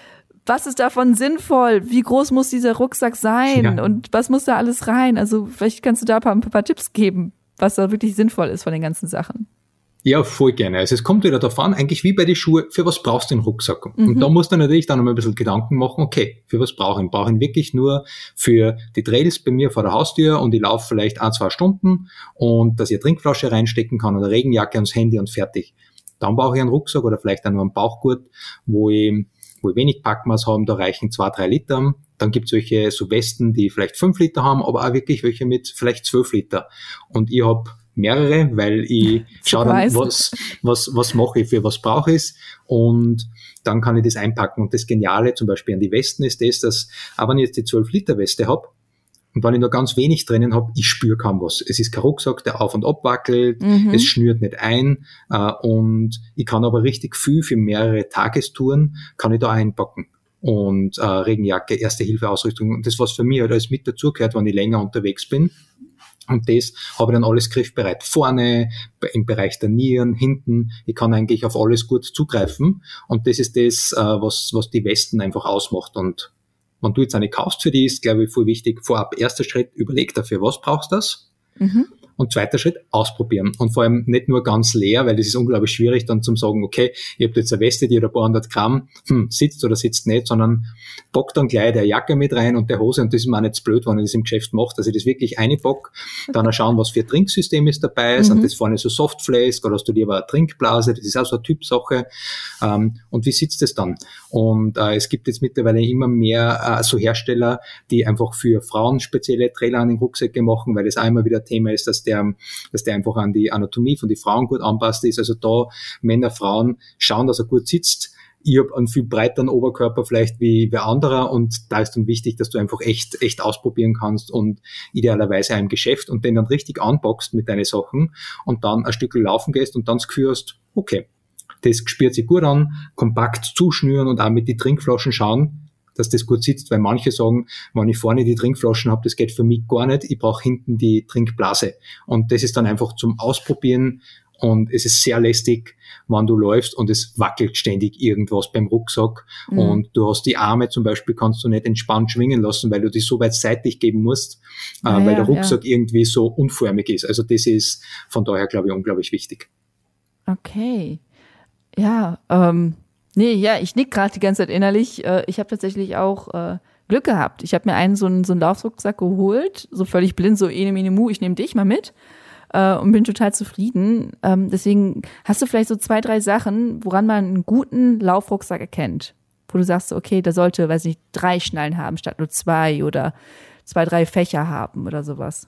was ist davon sinnvoll? Wie groß muss dieser Rucksack sein? Ja. Und was muss da alles rein? Also vielleicht kannst du da ein paar, ein paar Tipps geben, was da wirklich sinnvoll ist von den ganzen Sachen. Ja, voll gerne. Also es kommt wieder darauf an, eigentlich wie bei den Schuhen, für was brauchst du den Rucksack? Mhm. Und da musst du natürlich dann nochmal ein bisschen Gedanken machen, okay, für was brauche ich ihn? Brauche ich ihn wirklich nur für die Trails bei mir vor der Haustür und ich laufe vielleicht ein, zwei Stunden und dass ich eine Trinkflasche reinstecken kann oder Regenjacke ans Handy und fertig. Dann brauche ich einen Rucksack oder vielleicht auch nur einen Bauchgurt, wo ich, wo ich wenig Packmaß habe, da reichen zwei, drei Liter. Dann gibt es welche so Westen, die vielleicht fünf Liter haben, aber auch wirklich welche mit vielleicht zwölf Liter. Und ich habe mehrere, weil ich schaue dann, was, was, was mache ich, für was brauche ich es, und dann kann ich das einpacken. Und das Geniale zum Beispiel an die Westen ist das, dass, auch wenn ich jetzt die zwölf Liter Weste habe, und wenn ich nur ganz wenig drinnen habe, ich spüre kaum was. Es ist kein Rucksack, der auf und ab wackelt, mhm. es schnürt nicht ein, äh, und ich kann aber richtig viel für mehrere Tagestouren, kann ich da einpacken. Und äh, Regenjacke, Erste-Hilfe-Ausrüstung, und das, was für mich halt alles mit dazugehört, wenn ich länger unterwegs bin. Und das habe ich dann alles griffbereit. Vorne, im Bereich der Nieren, hinten. Ich kann eigentlich auf alles gut zugreifen. Und das ist das, was, was die Westen einfach ausmacht. Und wenn du jetzt eine kaufst für die, ist, glaube ich, voll wichtig. Vorab, erster Schritt, überleg dafür, was brauchst du das? Mhm. Und zweiter Schritt, ausprobieren. Und vor allem nicht nur ganz leer, weil das ist unglaublich schwierig, dann zum sagen, okay, ich habe jetzt eine Weste, die hat ein paar hundert Gramm, hm, sitzt oder sitzt nicht, sondern pack dann gleich der Jacke mit rein und der Hose, und das ist mir auch nicht blöd, wenn ich das im Geschäft mache, dass ich das wirklich einpack, dann auch schauen, was für ein Trinksystem ist dabei, mhm. sind das vorne so Softflask oder hast du lieber eine Trinkblase, das ist auch so eine Typsache, ähm, und wie sitzt das dann? Und äh, es gibt jetzt mittlerweile immer mehr äh, so Hersteller, die einfach für Frauen spezielle Trailrunning-Rucksäcke machen, weil das auch immer wieder ein Thema ist, dass der, dass der einfach an die Anatomie von den Frauen gut anpasst ist. Also da Männer, Frauen schauen, dass er gut sitzt. Ich habe einen viel breiteren Oberkörper vielleicht wie bei anderer, und da ist dann wichtig, dass du einfach echt echt ausprobieren kannst und idealerweise auch im Geschäft und den dann richtig anpackst mit deinen Sachen und dann ein Stück laufen gehst und dann das Gefühl hast, okay, das spürt sich gut an, kompakt zuschnüren und auch mit die Trinkflaschen schauen, dass das gut sitzt, weil manche sagen, wenn ich vorne die Trinkflaschen habe, das geht für mich gar nicht, ich brauche hinten die Trinkblase. Und das ist dann einfach zum Ausprobieren, und es ist sehr lästig, wenn du läufst und es wackelt ständig irgendwas beim Rucksack, mhm. und du hast die Arme zum Beispiel, kannst du nicht entspannt schwingen lassen, weil du die so weit seitlich geben musst, äh, ja, weil der Rucksack ja. irgendwie so unförmig ist. Also das ist von daher, glaube ich, unglaublich wichtig. Okay. Ja, ähm, nee, ja, ich nick gerade die ganze Zeit innerlich. Ich habe tatsächlich auch äh, Glück gehabt. Ich habe mir einen so einen, so einen Laufrucksack geholt, so völlig blind, so ene, mene, mu, ich nehme dich mal mit, äh, und bin total zufrieden. Ähm, deswegen hast du vielleicht so zwei, drei Sachen, woran man einen guten Laufrucksack erkennt, wo du sagst, okay, der sollte, weiß nicht, drei Schnallen haben statt nur zwei oder zwei, drei Fächer haben oder sowas.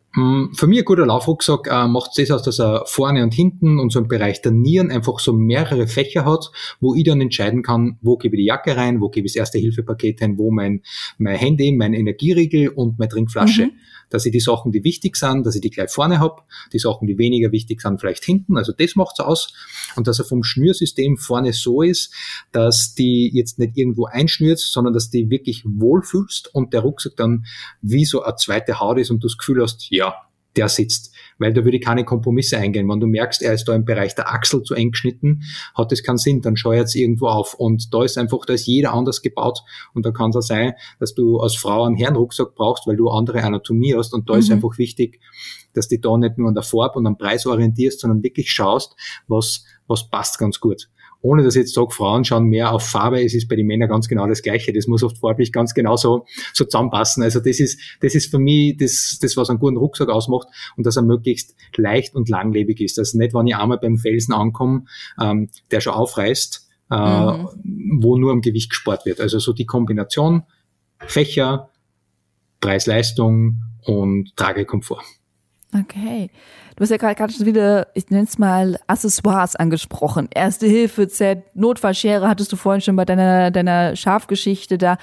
Für mich ein guter Laufrucksack äh, macht es das aus, dass er vorne und hinten und so im Bereich der Nieren einfach so mehrere Fächer hat, wo ich dann entscheiden kann, wo gebe ich die Jacke rein, wo gebe ich das Erste-Hilfe-Paket hin, wo mein, mein Handy, mein Energieriegel und meine Trinkflasche. Mhm. Dass ich die Sachen, die wichtig sind, dass ich die gleich vorne habe, die Sachen, die weniger wichtig sind, vielleicht hinten. Also das macht's aus. Und dass er vom Schnürsystem vorne so ist, dass die jetzt nicht irgendwo einschnürt, sondern dass die wirklich wohlfühlst und der Rucksack dann wie so eine zweite Haut ist und du das Gefühl hast, ja, der sitzt. Weil da würde ich keine Kompromisse eingehen. Wenn du merkst, er ist da im Bereich der Achsel zu eng geschnitten, hat das keinen Sinn, dann scheuert es irgendwo auf. Und da ist einfach, da ist jeder anders gebaut. Und da kann es auch sein, dass du als Frau einen Herrenrucksack brauchst, weil du andere Anatomie hast. Und da mhm. ist einfach wichtig, dass du da nicht nur an der Farbe und am Preis orientierst, sondern wirklich schaust, was, was passt ganz gut. Ohne dass ich jetzt sage, Frauen schauen mehr auf Farbe, es ist bei den Männern ganz genau das Gleiche. Das muss oft farblich ganz genau so, so zusammenpassen. Also das ist, das ist für mich das, das, was einen guten Rucksack ausmacht, und dass er möglichst leicht und langlebig ist. Also nicht, wenn ich einmal beim Felsen ankomme, ähm, der schon aufreißt, äh, mhm. wo nur am Gewicht gespart wird. Also so die Kombination Fächer, Preis-Leistung und Tragekomfort. Okay. Du hast ja gerade schon wieder, ich nenne es mal, Accessoires angesprochen. Erste Hilfe, Z, Notfallschere hattest du vorhin schon bei deiner, deiner Schafgeschichte da.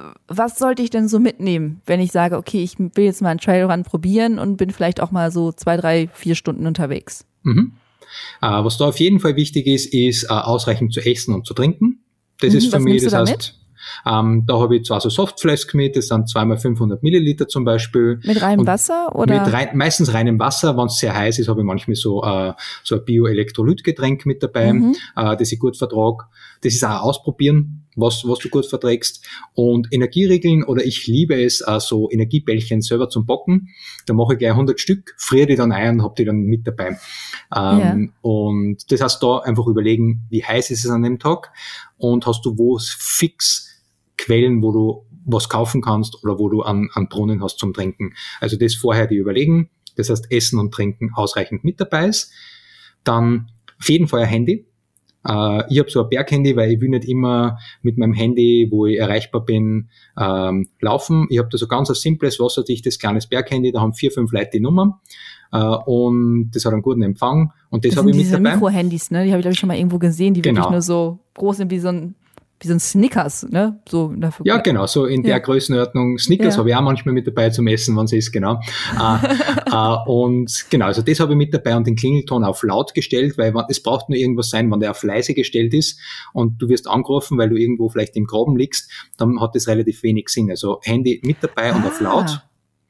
Was sollte ich denn so mitnehmen, wenn ich sage, okay, ich will jetzt mal einen Trailrun probieren und bin vielleicht auch mal so zwei, drei, vier Stunden unterwegs? Mhm. Äh, was da auf jeden Fall wichtig ist, ist äh, ausreichend zu essen und zu trinken. Das mhm, ist für mich, das heißt, Ähm, da habe ich zwar so Softflask mit, das sind zweimal fünfhundert Milliliter zum Beispiel. Mit reinem Wasser oder? Mit rein, meistens reinem Wasser. Wenn es sehr heiß ist, habe ich manchmal so, äh, so ein Bio-Elektrolytgetränk mit dabei, mhm. äh, das ich gut vertrage. Das ist auch ausprobieren, was, was du gut verträgst. Und Energieriegeln, oder ich liebe es, äh, so Energiebällchen selber zum Backen. Da mache ich gleich hundert Stück, friere die dann ein und habe die dann mit dabei. Ähm, ja. Und das heißt, da einfach überlegen, wie heiß ist es an dem Tag und hast du wo fix Quellen, wo du was kaufen kannst oder wo du an, an Brunnen hast zum Trinken. Also das vorher die überlegen. Das heißt, Essen und Trinken ausreichend mit dabei ist. Dann auf jeden Fall ein Handy. Uh, ich habe so ein Berghandy, weil ich will nicht immer mit meinem Handy, wo ich erreichbar bin, ähm, laufen. Ich habe da so ganz ein simples, wasserdichtes, kleines Berghandy, da haben vier, fünf Leute die Nummer uh, und das hat einen guten Empfang und das, das habe ich mit dabei. Diese Mikrohandys, ne? Die habe ich, glaube ich, schon mal irgendwo gesehen, die genau. wirklich nur so groß sind wie so ein wie so ein Snickers, ne? So dafür. Ja, genau, so in ja. der Größenordnung. Snickers ja. habe ich auch manchmal mit dabei zum Essen, wenn es ist, genau. uh, uh, und genau, also das habe ich mit dabei und den Klingelton auf laut gestellt, weil es braucht nur irgendwas sein, wenn der auf leise gestellt ist und du wirst angerufen, weil du irgendwo vielleicht im Graben liegst, dann hat das relativ wenig Sinn. Also Handy mit dabei ah. und auf laut.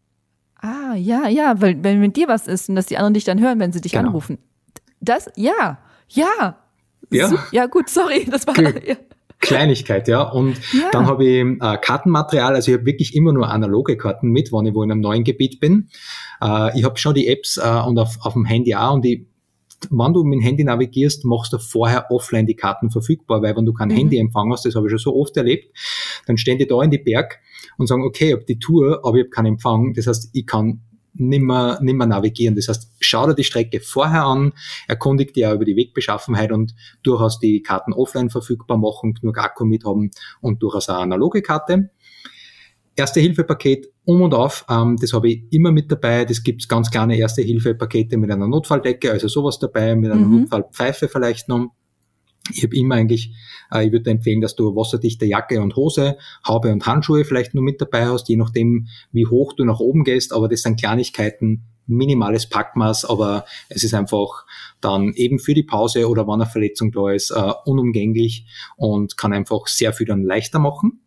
Ah, ja, ja, weil wenn mit dir was ist und dass die anderen dich dann hören, wenn sie dich genau. anrufen. Das, ja, ja. Ja, so, ja gut, sorry, das war... Ge- Kleinigkeit, ja. Und ja. dann habe ich äh, Kartenmaterial, also ich habe wirklich immer nur analoge Karten mit, wenn ich wo in einem neuen Gebiet bin. Äh, ich habe schon die Apps äh, und auf, auf dem Handy auch und ich, wenn du mit dem Handy navigierst, machst du vorher offline die Karten verfügbar, weil wenn du kein mhm. Handyempfang hast, das habe ich schon so oft erlebt, dann stehen die da in die Berg und sagen, okay, ich habe die Tour, aber ich habe keinen Empfang, das heißt, ich kann nimmer, nimmer navigieren. Das heißt, schau dir die Strecke vorher an, erkundig dich auch über die Wegbeschaffenheit und durchaus die Karten offline verfügbar machen, genug Akku mit haben und durchaus eine analoge Karte. Erste-Hilfe-Paket um und auf, ähm, das habe ich immer mit dabei. Das gibt's ganz kleine Erste-Hilfe-Pakete mit einer Notfalldecke, also sowas dabei, mit einer mhm. Notfallpfeife vielleicht noch. Ich habe immer eigentlich, äh, ich würde empfehlen, dass du wasserdichte Jacke und Hose, Haube und Handschuhe vielleicht nur mit dabei hast, je nachdem, wie hoch du nach oben gehst. Aber das sind Kleinigkeiten, minimales Packmaß, aber es ist einfach dann eben für die Pause oder wenn eine Verletzung da ist, äh, unumgänglich und kann einfach sehr viel dann leichter machen.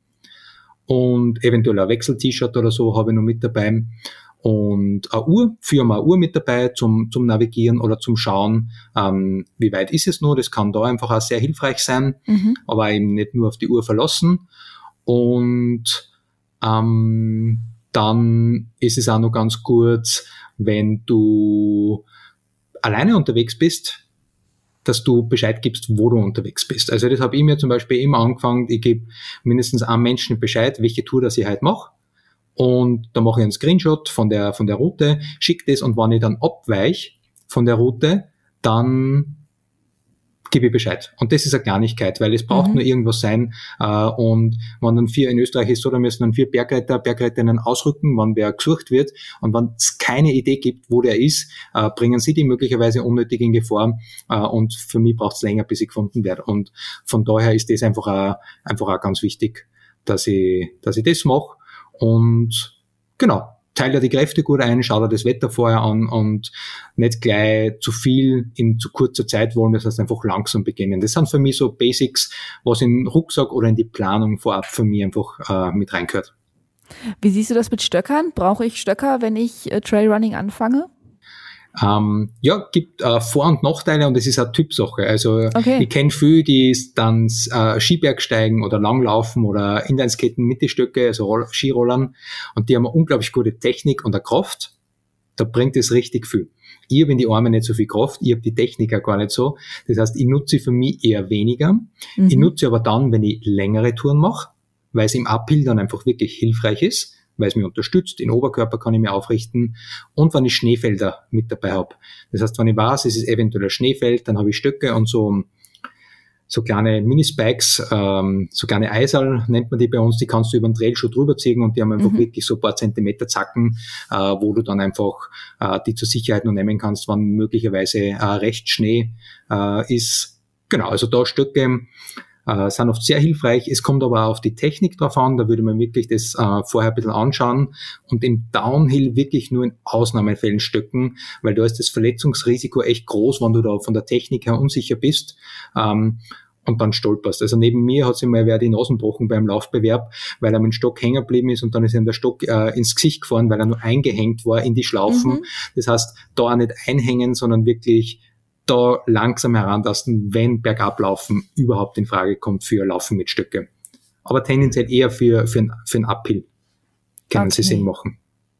Und eventuell ein Wechsel-T-Shirt oder so habe ich noch mit dabei. Und eine Uhr, für eine Uhr mit dabei zum, zum Navigieren oder zum Schauen, ähm, wie weit ist es nur. Das kann da einfach auch sehr hilfreich sein, mhm. aber eben nicht nur auf die Uhr verlassen. Und ähm, dann ist es auch noch ganz gut, wenn du alleine unterwegs bist, dass du Bescheid gibst, wo du unterwegs bist. Also das habe ich mir zum Beispiel immer angefangen, ich gebe mindestens einem Menschen Bescheid, welche Tour das ich heute mache. Und da mache ich einen Screenshot von der, von der Route, schicke das und wenn ich dann abweiche von der Route, dann gebe ich Bescheid. Und das ist eine Kleinigkeit, weil es braucht mhm. nur irgendwas sein. Äh, und wenn dann vier in Österreich ist, so, dann müssen dann vier Bergretter, Bergretterinnen ausrücken, wann wer gesucht wird. Und wenn es keine Idee gibt, wo der ist, äh, bringen sie die möglicherweise unnötig in Gefahr. Äh, und für mich braucht es länger, bis ich gefunden werde. Und von daher ist das einfach auch, einfach auch ganz wichtig, dass ich, dass ich das mache. Und genau, teile dir die Kräfte gut ein, schau dir das Wetter vorher an und nicht gleich zu viel in zu kurzer Zeit wollen, das heißt einfach langsam beginnen. Das sind für mich so Basics, was in den Rucksack oder in die Planung vorab für mich einfach äh, mit reingehört. Wie siehst du das mit Stöckern? Brauche ich Stöcker, wenn ich äh, Trailrunning anfange? Ähm, ja, gibt äh, Vor- und Nachteile und es ist eine Typsache. Also okay. Ich kenne viele, die dann äh, Skiberg steigen oder Langlaufen oder Inlineskaten mit die Stöcke, also Roll- Skirollern und die haben eine unglaublich gute Technik und eine Kraft. Da bringt es richtig viel. Ich habe in die Arme nicht so viel Kraft, ich habe die Technik auch gar nicht so. Das heißt, ich nutze sie für mich eher weniger. Mhm. Ich nutze sie aber dann, wenn ich längere Touren mache, weil es im Uphill dann einfach wirklich hilfreich ist, weil es mich unterstützt, den Oberkörper kann ich mir aufrichten und wenn ich Schneefelder mit dabei habe. Das heißt, wenn ich weiß, es ist eventuell ein Schneefeld, dann habe ich Stöcke und so so kleine Minispikes, ähm, so kleine Eisal nennt man die bei uns, die kannst du über den Trailschuh drüber ziehen und die haben einfach mhm. wirklich so ein paar Zentimeter Zacken, äh, wo du dann einfach äh, die zur Sicherheit noch nehmen kannst, wenn möglicherweise äh, recht Schnee äh, ist. Genau, also da Stöcke äh, sind oft sehr hilfreich. Es kommt aber auch auf die Technik drauf an, da würde man wirklich das äh, vorher ein bisschen anschauen und im Downhill wirklich nur in Ausnahmefällen stöcken, weil da ist das Verletzungsrisiko echt groß, wenn du da von der Technik her unsicher bist. Ähm, und dann stolperst. Also neben mir hat sich mal wer die Nasen gebrochen beim Laufbewerb, weil er mit dem Stock hängen geblieben ist und dann ist ihm der Stock äh, ins Gesicht gefahren, weil er nur eingehängt war in die Schlaufen. Mhm. Das heißt, da auch nicht einhängen, sondern wirklich da langsam herantasten, wenn Bergablaufen überhaupt in Frage kommt für Laufen mit Stöcke. Aber tendenziell eher für, für, ein, für ein Uphill können okay. Sie Sinn machen.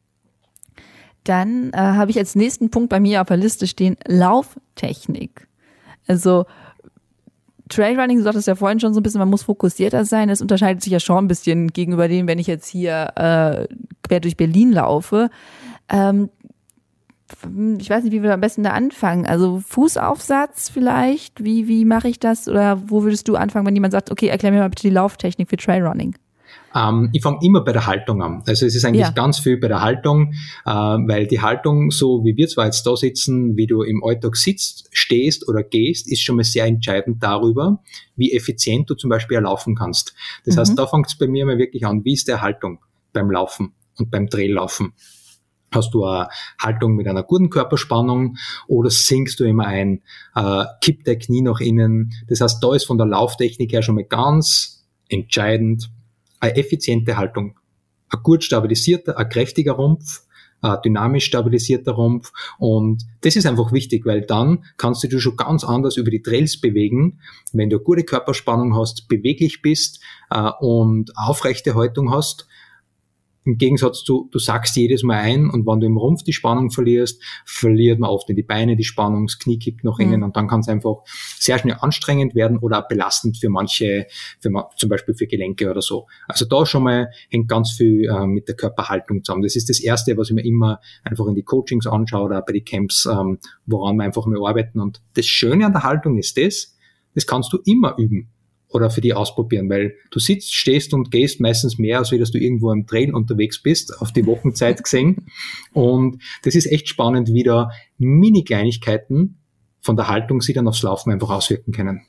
Dann äh, habe ich als nächsten Punkt bei mir auf der Liste stehen Lauftechnik. Also Trailrunning, du sagtest ja vorhin schon so ein bisschen, man muss fokussierter sein. Das unterscheidet sich ja schon ein bisschen gegenüber dem, wenn ich jetzt hier äh, quer durch Berlin laufe. Ähm, ich weiß nicht, wie wir am besten da anfangen. Also Fußaufsatz vielleicht, wie wie mache ich das? Oder wo würdest du anfangen, wenn jemand sagt, okay, erklär mir mal bitte die Lauftechnik für Trailrunning? Ähm, ich fange immer bei der Haltung an. Also es ist eigentlich ja. ganz viel bei der Haltung, äh, weil die Haltung, so wie wir zwar jetzt da sitzen, wie du im Alltag sitzt, stehst oder gehst, ist schon mal sehr entscheidend darüber, wie effizient du zum Beispiel laufen kannst. Das mhm. heißt, da fängt es bei mir mal wirklich an, wie ist die Haltung beim Laufen und beim Traillaufen? Hast du eine Haltung mit einer guten Körperspannung oder sinkst du immer ein, äh, kippt der Knie nach innen? Das heißt, da ist von der Lauftechnik her schon mal ganz entscheidend eine effiziente Haltung. Ein gut stabilisierter, ein kräftiger Rumpf, ein dynamisch stabilisierter Rumpf und das ist einfach wichtig, weil dann kannst du dich schon ganz anders über die Trails bewegen, wenn du eine gute Körperspannung hast, beweglich bist äh, und aufrechte Haltung hast. Im Gegensatz zu, du sackst jedes Mal ein und wenn du im Rumpf die Spannung verlierst, verliert man oft in die Beine die Spannung, das Knie kippt nach innen mhm. und dann kann es einfach sehr schnell anstrengend werden oder auch belastend für manche, für zum Beispiel für Gelenke oder so. Also da schon mal hängt ganz viel äh, mit der Körperhaltung zusammen. Das ist das Erste, was ich mir immer einfach in die Coachings anschaue oder bei den Camps, ähm, woran wir einfach mal arbeiten. Und das Schöne an der Haltung ist das, das kannst du immer üben. Oder für die ausprobieren, weil du sitzt, stehst und gehst meistens mehr, als wie dass du irgendwo im Trail unterwegs bist, auf die Wochenzeit gesehen. Und das ist echt spannend, wie da Mini-Kleinigkeiten von der Haltung sich dann aufs Laufen einfach auswirken können.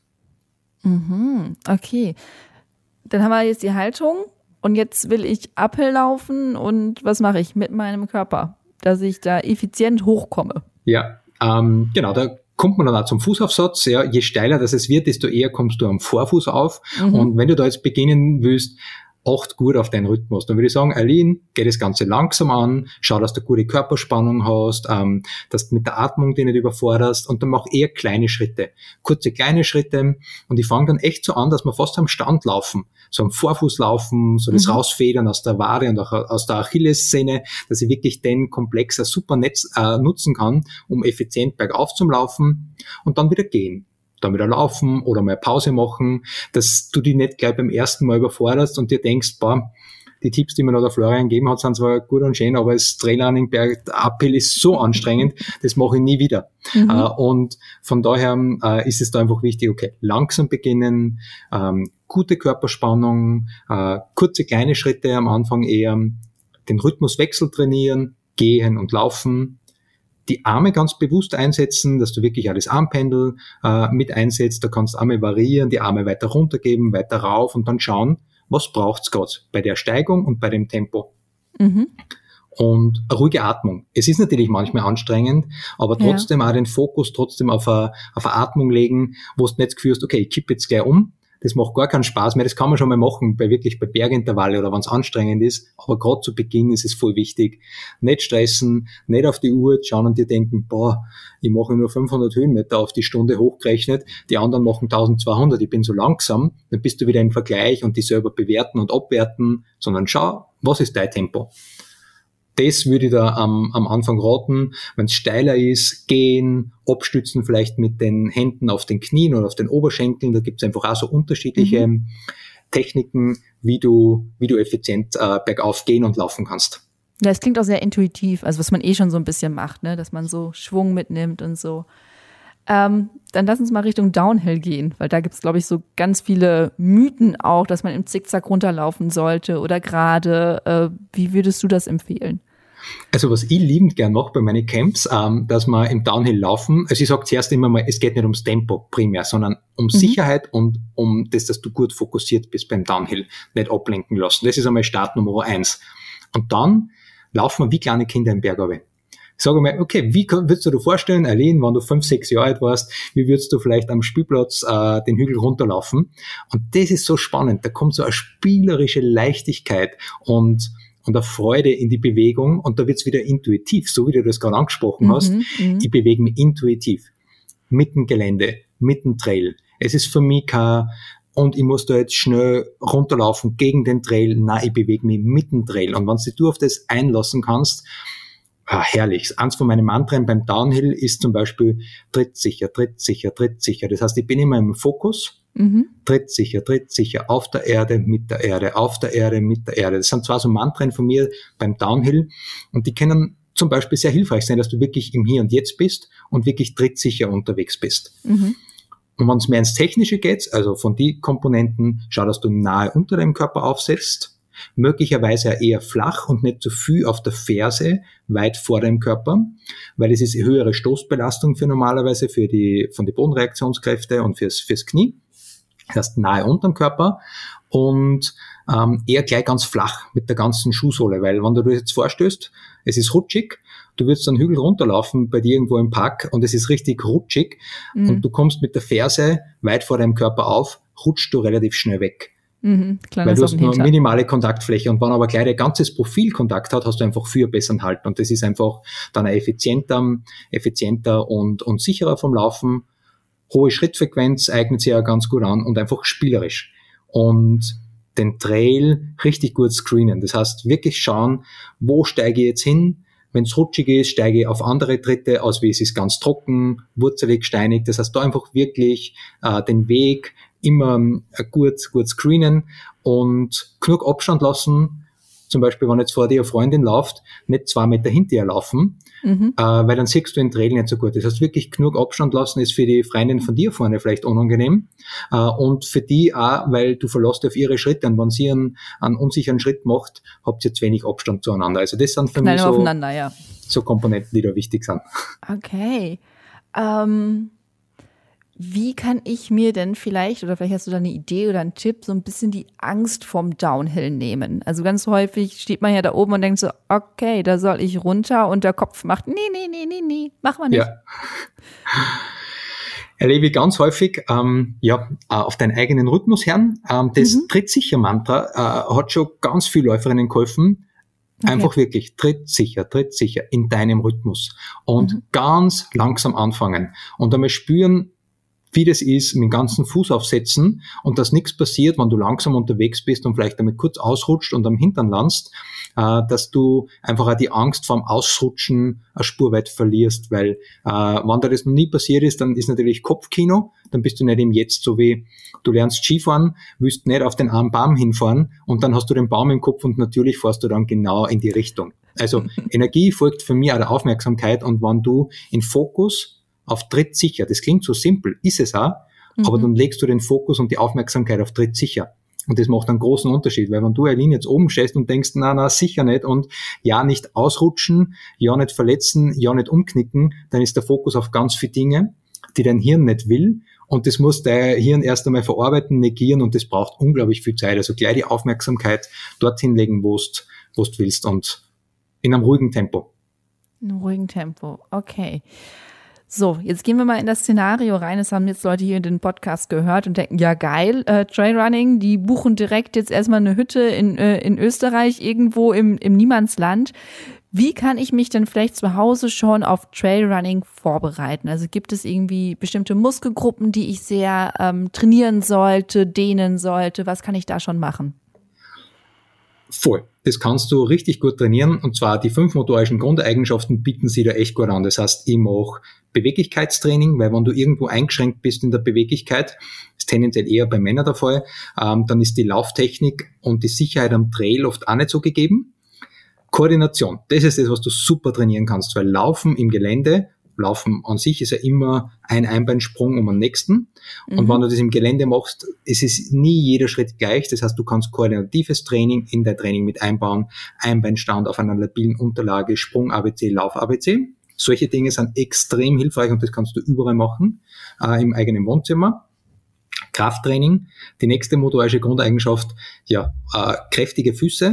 Mhm, okay. Dann haben wir jetzt die Haltung und jetzt will ich Uphill laufen und was mache ich mit meinem Körper, dass ich da effizient hochkomme? Ja, ähm, genau, da kommt man dann auch zum Fußaufsatz. Ja, je steiler das es wird, desto eher kommst du am Vorfuß auf. Mhm. Und wenn du da jetzt beginnen willst, acht gut auf deinen Rhythmus. Dann würde ich sagen, Aline, geh das Ganze langsam an, schau, dass du gute Körperspannung hast, ähm, dass du mit der Atmung dich nicht überforderst und dann mach eher kleine Schritte. Kurze, kleine Schritte und ich fange dann echt so an, dass wir fast am Stand laufen. So am Vorfuß laufen, so das mhm. Rausfedern aus der Wade und auch aus der Achillessehne, dass ich wirklich den Komplex als super Netz äh, nutzen kann, um effizient bergauf zu laufen und dann wieder gehen. Dann wieder laufen oder mal Pause machen, dass du dich nicht gleich beim ersten Mal überforderst und dir denkst, boah, die Tipps, die mir noch der Florian gegeben hat, sind zwar gut und schön, aber das Trailrunning per Uphill ist so anstrengend, das mache ich nie wieder. Mhm. Uh, und von daher uh, ist es da einfach wichtig, okay, langsam beginnen, um, gute Körperspannung, uh, kurze kleine Schritte am Anfang eher, den Rhythmuswechsel trainieren, gehen und laufen, die Arme ganz bewusst einsetzen, dass du wirklich auch das Armpendel äh, mit einsetzt. Da kannst du Arme variieren, die Arme weiter runtergeben, weiter rauf und dann schauen, was braucht's gerade bei der Steigung und bei dem Tempo. Mhm. Und eine ruhige Atmung. Es ist natürlich manchmal anstrengend, aber trotzdem ja. auch den Fokus trotzdem auf eine, auf eine Atmung legen, wo du nicht fühlst, okay, ich kippe jetzt gleich um. Das macht gar keinen Spaß mehr. Das kann man schon mal machen, bei wirklich bei Bergintervalle oder wenn es anstrengend ist. Aber gerade zu Beginn ist es voll wichtig. Nicht stressen, nicht auf die Uhr schauen und dir denken, boah, ich mache nur fünfhundert Höhenmeter auf die Stunde hochgerechnet, die anderen machen eintausendzweihundert, ich bin so langsam. Dann bist du wieder im Vergleich und die selber bewerten und abwerten, sondern schau, was ist dein Tempo? Das würde ich da am, am Anfang raten, wenn es steiler ist, gehen, abstützen vielleicht mit den Händen auf den Knien oder auf den Oberschenkeln. Da gibt es einfach auch so unterschiedliche mhm. Techniken, wie du, wie du effizient äh, bergauf gehen und laufen kannst. Ja, es klingt auch sehr intuitiv, also was man eh schon so ein bisschen macht, ne, dass man so Schwung mitnimmt und so. Ähm, dann lass uns mal Richtung Downhill gehen, weil da gibt es, glaube ich, so ganz viele Mythen auch, dass man im Zickzack runterlaufen sollte oder gerade. Äh, wie würdest du das empfehlen? Also was ich liebend gern mache bei meinen Camps, ähm, dass wir im Downhill laufen, also ich sage zuerst immer mal, es geht nicht ums Tempo primär, sondern um mhm. Sicherheit und um das, dass du gut fokussiert bist beim Downhill, nicht ablenken lassen. Das ist einmal Start Nummer eins. Und dann laufen wir wie kleine Kinder im Berg runter. sage mal, okay, wie kann, würdest du dir vorstellen, Aline, wenn du fünf, sechs Jahre alt warst, wie würdest du vielleicht am Spielplatz äh, den Hügel runterlaufen? Und das ist so spannend, da kommt so eine spielerische Leichtigkeit und und eine Freude in die Bewegung und da wird's wieder intuitiv, so wie du das gerade angesprochen Mhm, hast. mhm. Ich bewege mich intuitiv, mit dem Gelände, mit dem Trail. Es ist für mich kein, und ich muss da jetzt schnell runterlaufen gegen den Trail. Nein, ich bewege mich mit dem Trail. Und wenn du auf das einlassen kannst, ah, herrlich. Eins von meinen Mantren beim Downhill ist zum Beispiel trittsicher, trittsicher, trittsicher. Das heißt, ich bin immer im Fokus. Mhm. Trittsicher, trittsicher, auf der Erde, mit der Erde, auf der Erde, mit der Erde. Das sind zwar so Mantren von mir beim Downhill und die können zum Beispiel sehr hilfreich sein, dass du wirklich im Hier und Jetzt bist und wirklich trittsicher unterwegs bist. Mhm. Und wenn es mehr ins Technische geht, also von die Komponenten, schau, dass du nahe unter deinem Körper aufsetzt, möglicherweise eher flach und nicht zu viel auf der Ferse, weit vor deinem Körper, weil es ist höhere Stoßbelastung für normalerweise für die, von den Bodenreaktionskräfte und fürs, fürs Knie. Das heißt, nahe unterm Körper und ähm, eher gleich ganz flach mit der ganzen Schuhsohle, weil wenn du dir jetzt vorstellst, es ist rutschig, du würdest einen Hügel runterlaufen bei dir irgendwo im Park und es ist richtig rutschig Mhm. und du kommst mit der Ferse weit vor deinem Körper auf, rutschst du relativ schnell weg. Mhm. Klar, Weil das du auf hast den nur Hintern. minimale Kontaktfläche und wenn aber gleich dein ganzes Profil Kontakt hat, hast du einfach viel besseren Halt und das ist einfach dann effizienter, effizienter und, und sicherer vom Laufen. Hohe Schrittfrequenz eignet sich ja ganz gut an und einfach spielerisch. Und den Trail richtig gut screenen. Das heißt, wirklich schauen, wo steige ich jetzt hin? Wenn es rutschig ist, steige ich auf andere Tritte, aus wie es ist ganz trocken, wurzelig, steinig. Das heißt, da einfach wirklich äh, den Weg immer äh, gut, gut screenen und genug Abstand lassen. Zum Beispiel, wenn jetzt vor dir eine Freundin läuft, nicht zwei Meter hinter ihr laufen, Mhm. äh, weil dann siehst du den Trail nicht so gut. Das heißt, wirklich genug Abstand lassen ist für die Freundin von dir vorne vielleicht unangenehm äh, und für die auch, weil du verlässt auf ihre Schritte und wenn sie einen, einen unsicheren Schritt macht, habt ihr zu wenig Abstand zueinander. Also das sind für Knallen mich so, aufeinander, ja. so Komponenten, die da wichtig sind. Okay. Ähm, wie kann ich mir denn vielleicht, oder vielleicht hast du da eine Idee oder einen Tipp, so ein bisschen die Angst vom Downhill nehmen? Also ganz häufig steht man ja da oben und denkt so, okay, da soll ich runter und der Kopf macht, nee, nee, nee, nee, nee, mach mal nicht. Ja. Erlebe ich ganz häufig, ähm, ja, äh, auf deinen eigenen Rhythmus hören. Ähm, das Mhm. Trittsicher-Mantra äh, hat schon ganz viele Läuferinnen geholfen. Okay. Einfach wirklich tritt sicher, tritt sicher in deinem Rhythmus und Mhm. ganz langsam anfangen und einmal spüren, wie das ist, mit dem ganzen Fuß aufsetzen und dass nichts passiert, wenn du langsam unterwegs bist und vielleicht damit kurz ausrutscht und am Hintern landst, äh, dass du einfach auch die Angst vorm Ausrutschen eine Spur weit verlierst, weil äh, wenn da das noch nie passiert ist, dann ist natürlich Kopfkino, dann bist du nicht im Jetzt, so wie du lernst Skifahren, willst nicht auf den einen Baum hinfahren und dann hast du den Baum im Kopf und natürlich fährst du dann genau in die Richtung. Also Energie folgt für mich auch der Aufmerksamkeit und wenn du in Fokus auf trittsicher, das klingt so simpel, ist es auch, Mhm. aber dann legst du den Fokus und die Aufmerksamkeit auf trittsicher. Und das macht einen großen Unterschied, weil wenn du, Aline, jetzt oben stehst und denkst, na, na, sicher nicht und ja, nicht ausrutschen, ja, nicht verletzen, ja, nicht umknicken, dann ist der Fokus auf ganz viele Dinge, die dein Hirn nicht will und das muss dein Hirn erst einmal verarbeiten, negieren und das braucht unglaublich viel Zeit. Also gleich die Aufmerksamkeit dorthin legen, wo du wo du willst und in einem ruhigen Tempo. In einem ruhigen Tempo, okay. So, jetzt gehen wir mal in das Szenario rein. Es haben jetzt Leute hier in den Podcast gehört und denken, ja geil, äh, Trailrunning, die buchen direkt jetzt erstmal eine Hütte in, äh, in Österreich, irgendwo im, im Niemandsland. Wie kann ich mich denn vielleicht zu Hause schon auf Trailrunning vorbereiten? Also gibt es irgendwie bestimmte Muskelgruppen, die ich sehr ähm, trainieren sollte, dehnen sollte? Was kann ich da schon machen? Voll. Das kannst du richtig gut trainieren und zwar die fünf motorischen Grundeigenschaften bieten sie da echt gut an. Das heißt, ich mache Beweglichkeitstraining, weil wenn du irgendwo eingeschränkt bist in der Beweglichkeit, ist tendenziell eher bei Männern der Fall, ähm, dann ist die Lauftechnik und die Sicherheit am Trail oft auch nicht so gegeben. Koordination, das ist das, was du super trainieren kannst, weil Laufen im Gelände, Laufen an sich ist ja immer ein Einbeinsprung um den nächsten. Und Mhm. wenn du das im Gelände machst, es ist nie jeder Schritt gleich. Das heißt, du kannst koordinatives Training in dein Training mit einbauen, Einbeinstand auf einer labilen Unterlage, Sprung-A B C, Lauf-A B C. Solche Dinge sind extrem hilfreich und das kannst du überall machen, äh, im eigenen Wohnzimmer. Krafttraining, die nächste motorische Grundeigenschaft, ja, äh, kräftige Füße.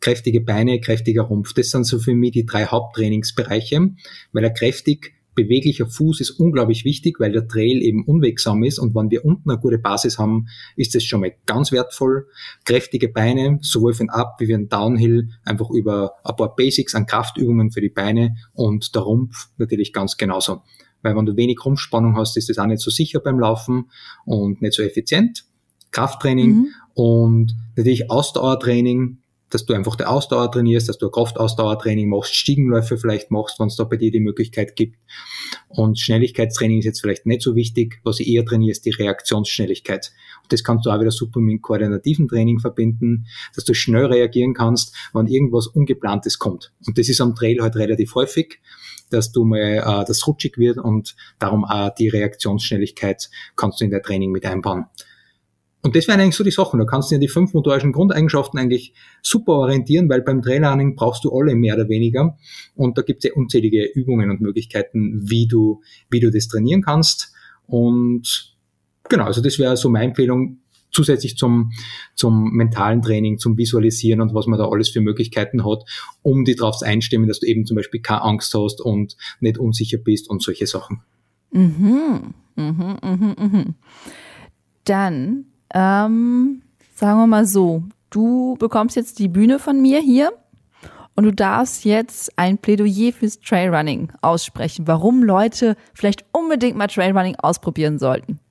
kräftige Beine, kräftiger Rumpf. Das sind so für mich die drei Haupttrainingsbereiche, weil er kräftig beweglicher Fuß ist unglaublich wichtig, weil der Trail eben unwegsam ist und wenn wir unten eine gute Basis haben, ist das schon mal ganz wertvoll. Kräftige Beine, sowohl für den Up- wie für den Downhill, einfach über ein paar Basics an Kraftübungen für die Beine und der Rumpf natürlich ganz genauso. Weil wenn du wenig Rumpfspannung hast, ist das auch nicht so sicher beim Laufen und nicht so effizient. Krafttraining mhm. und natürlich Ausdauertraining, dass du einfach die Ausdauer trainierst, dass du ein Kraftausdauertraining machst, Stiegenläufe vielleicht machst, wenn es da bei dir die Möglichkeit gibt. Und Schnelligkeitstraining ist jetzt vielleicht nicht so wichtig. Was ich eher trainiere, ist die Reaktionsschnelligkeit. Und das kannst du auch wieder super mit koordinativen Training verbinden, dass du schnell reagieren kannst, wenn irgendwas Ungeplantes kommt. Und das ist am Trail halt relativ häufig, dass du mal, äh, das rutschig wird und darum auch die Reaktionsschnelligkeit kannst du in dein Training mit einbauen. Und das wären eigentlich so die Sachen. Da kannst du dir die fünf motorischen Grundeigenschaften eigentlich super orientieren, weil beim Trailrunning brauchst du alle mehr oder weniger. Und da gibt es ja unzählige Übungen und Möglichkeiten, wie du, wie du das trainieren kannst. Und genau, also das wäre so meine Empfehlung, zusätzlich zum, zum mentalen Training, zum Visualisieren und was man da alles für Möglichkeiten hat, um die drauf einstimmen, dass du eben zum Beispiel keine Angst hast und nicht unsicher bist und solche Sachen. Mhm, mhm, mhm, mhm. Dann Ähm, sagen wir mal so, du bekommst jetzt die Bühne von mir hier und du darfst jetzt ein Plädoyer fürs Trailrunning aussprechen, warum Leute vielleicht unbedingt mal Trailrunning ausprobieren sollten.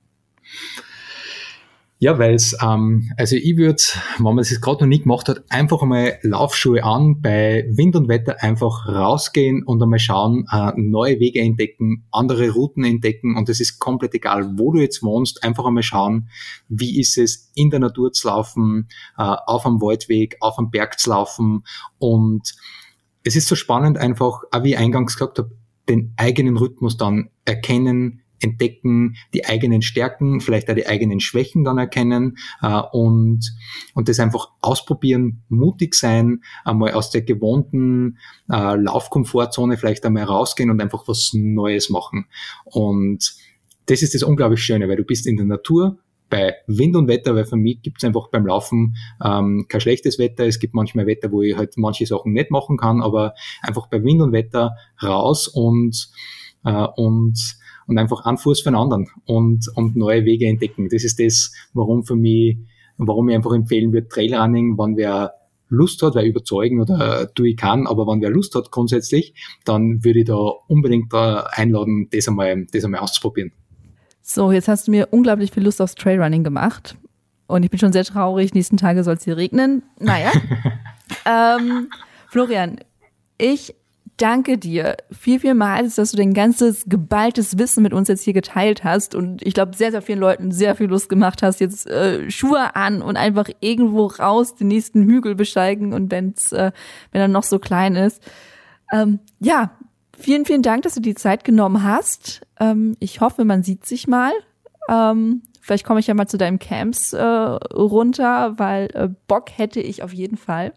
Ja, weil es, ähm, also ich würde, wenn man es gerade noch nie gemacht hat, einfach einmal Laufschuhe an, bei Wind und Wetter einfach rausgehen und einmal schauen, äh, neue Wege entdecken, andere Routen entdecken und es ist komplett egal, wo du jetzt wohnst, einfach einmal schauen, wie ist es, in der Natur zu laufen, äh, auf einem Waldweg, auf einem Berg zu laufen und es ist so spannend einfach, auch wie ich eingangs gesagt habe, den eigenen Rhythmus dann erkennen, entdecken, die eigenen Stärken, vielleicht auch die eigenen Schwächen dann erkennen äh, und und das einfach ausprobieren, mutig sein, einmal aus der gewohnten äh, Laufkomfortzone vielleicht einmal rausgehen und einfach was Neues machen. Und das ist das unglaublich Schöne, weil du bist in der Natur, bei Wind und Wetter, weil für mich gibt es einfach beim Laufen ähm, kein schlechtes Wetter. Es gibt manchmal Wetter, wo ich halt manche Sachen nicht machen kann, aber einfach bei Wind und Wetter raus und äh, und und einfach einen Fuß für den anderen und, und neue Wege entdecken. Das ist das, warum für mich, warum ich einfach empfehlen würde, Trailrunning, wenn wer Lust hat, wer überzeugen oder tue ich kann, aber wenn wer Lust hat grundsätzlich, dann würde ich da unbedingt da einladen, das einmal, das einmal auszuprobieren. So, jetzt hast du mir unglaublich viel Lust aufs Trailrunning gemacht und ich bin schon sehr traurig, nächsten Tage soll es hier regnen. Naja, ähm, Florian, ich danke dir viel, vielmals, dass du dein ganzes geballtes Wissen mit uns jetzt hier geteilt hast und ich glaube, sehr, sehr vielen Leuten sehr viel Lust gemacht hast, jetzt äh, Schuhe an und einfach irgendwo raus den nächsten Hügel besteigen und wenn's, äh, wenn er noch so klein ist. Ähm, ja, vielen, vielen Dank, dass du die Zeit genommen hast. Ähm, ich hoffe, man sieht sich mal. Ähm, vielleicht komme ich ja mal zu deinem Camps äh, runter, weil äh, Bock hätte ich auf jeden Fall.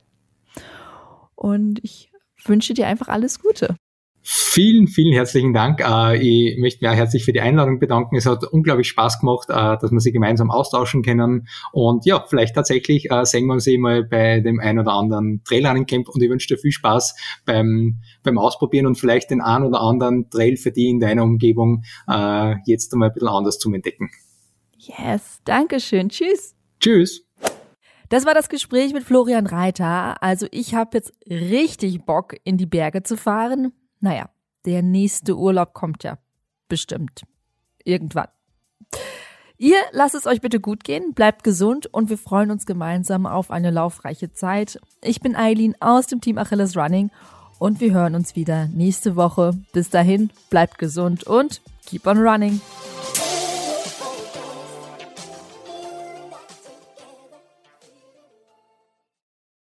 Und ich wünsche dir einfach alles Gute. Vielen, vielen herzlichen Dank. Ich möchte mich auch herzlich für die Einladung bedanken. Es hat unglaublich Spaß gemacht, dass wir sie gemeinsam austauschen können. Und ja, vielleicht tatsächlich sehen wir uns eh mal bei dem ein oder anderen Trailrunning-Camp und ich wünsche dir viel Spaß beim, beim Ausprobieren und vielleicht den ein oder anderen Trail für die in deiner Umgebung jetzt einmal ein bisschen anders zum Entdecken. Yes, danke schön. Tschüss. Tschüss. Das war das Gespräch mit Florian Reiter. Also ich habe jetzt richtig Bock, in die Berge zu fahren. Naja, der nächste Urlaub kommt ja bestimmt irgendwann. Ihr lasst es euch bitte gut gehen, bleibt gesund und wir freuen uns gemeinsam auf eine laufreiche Zeit. Ich bin Eileen aus dem Team Achilles Running und wir hören uns wieder nächste Woche. Bis dahin, bleibt gesund und keep on running.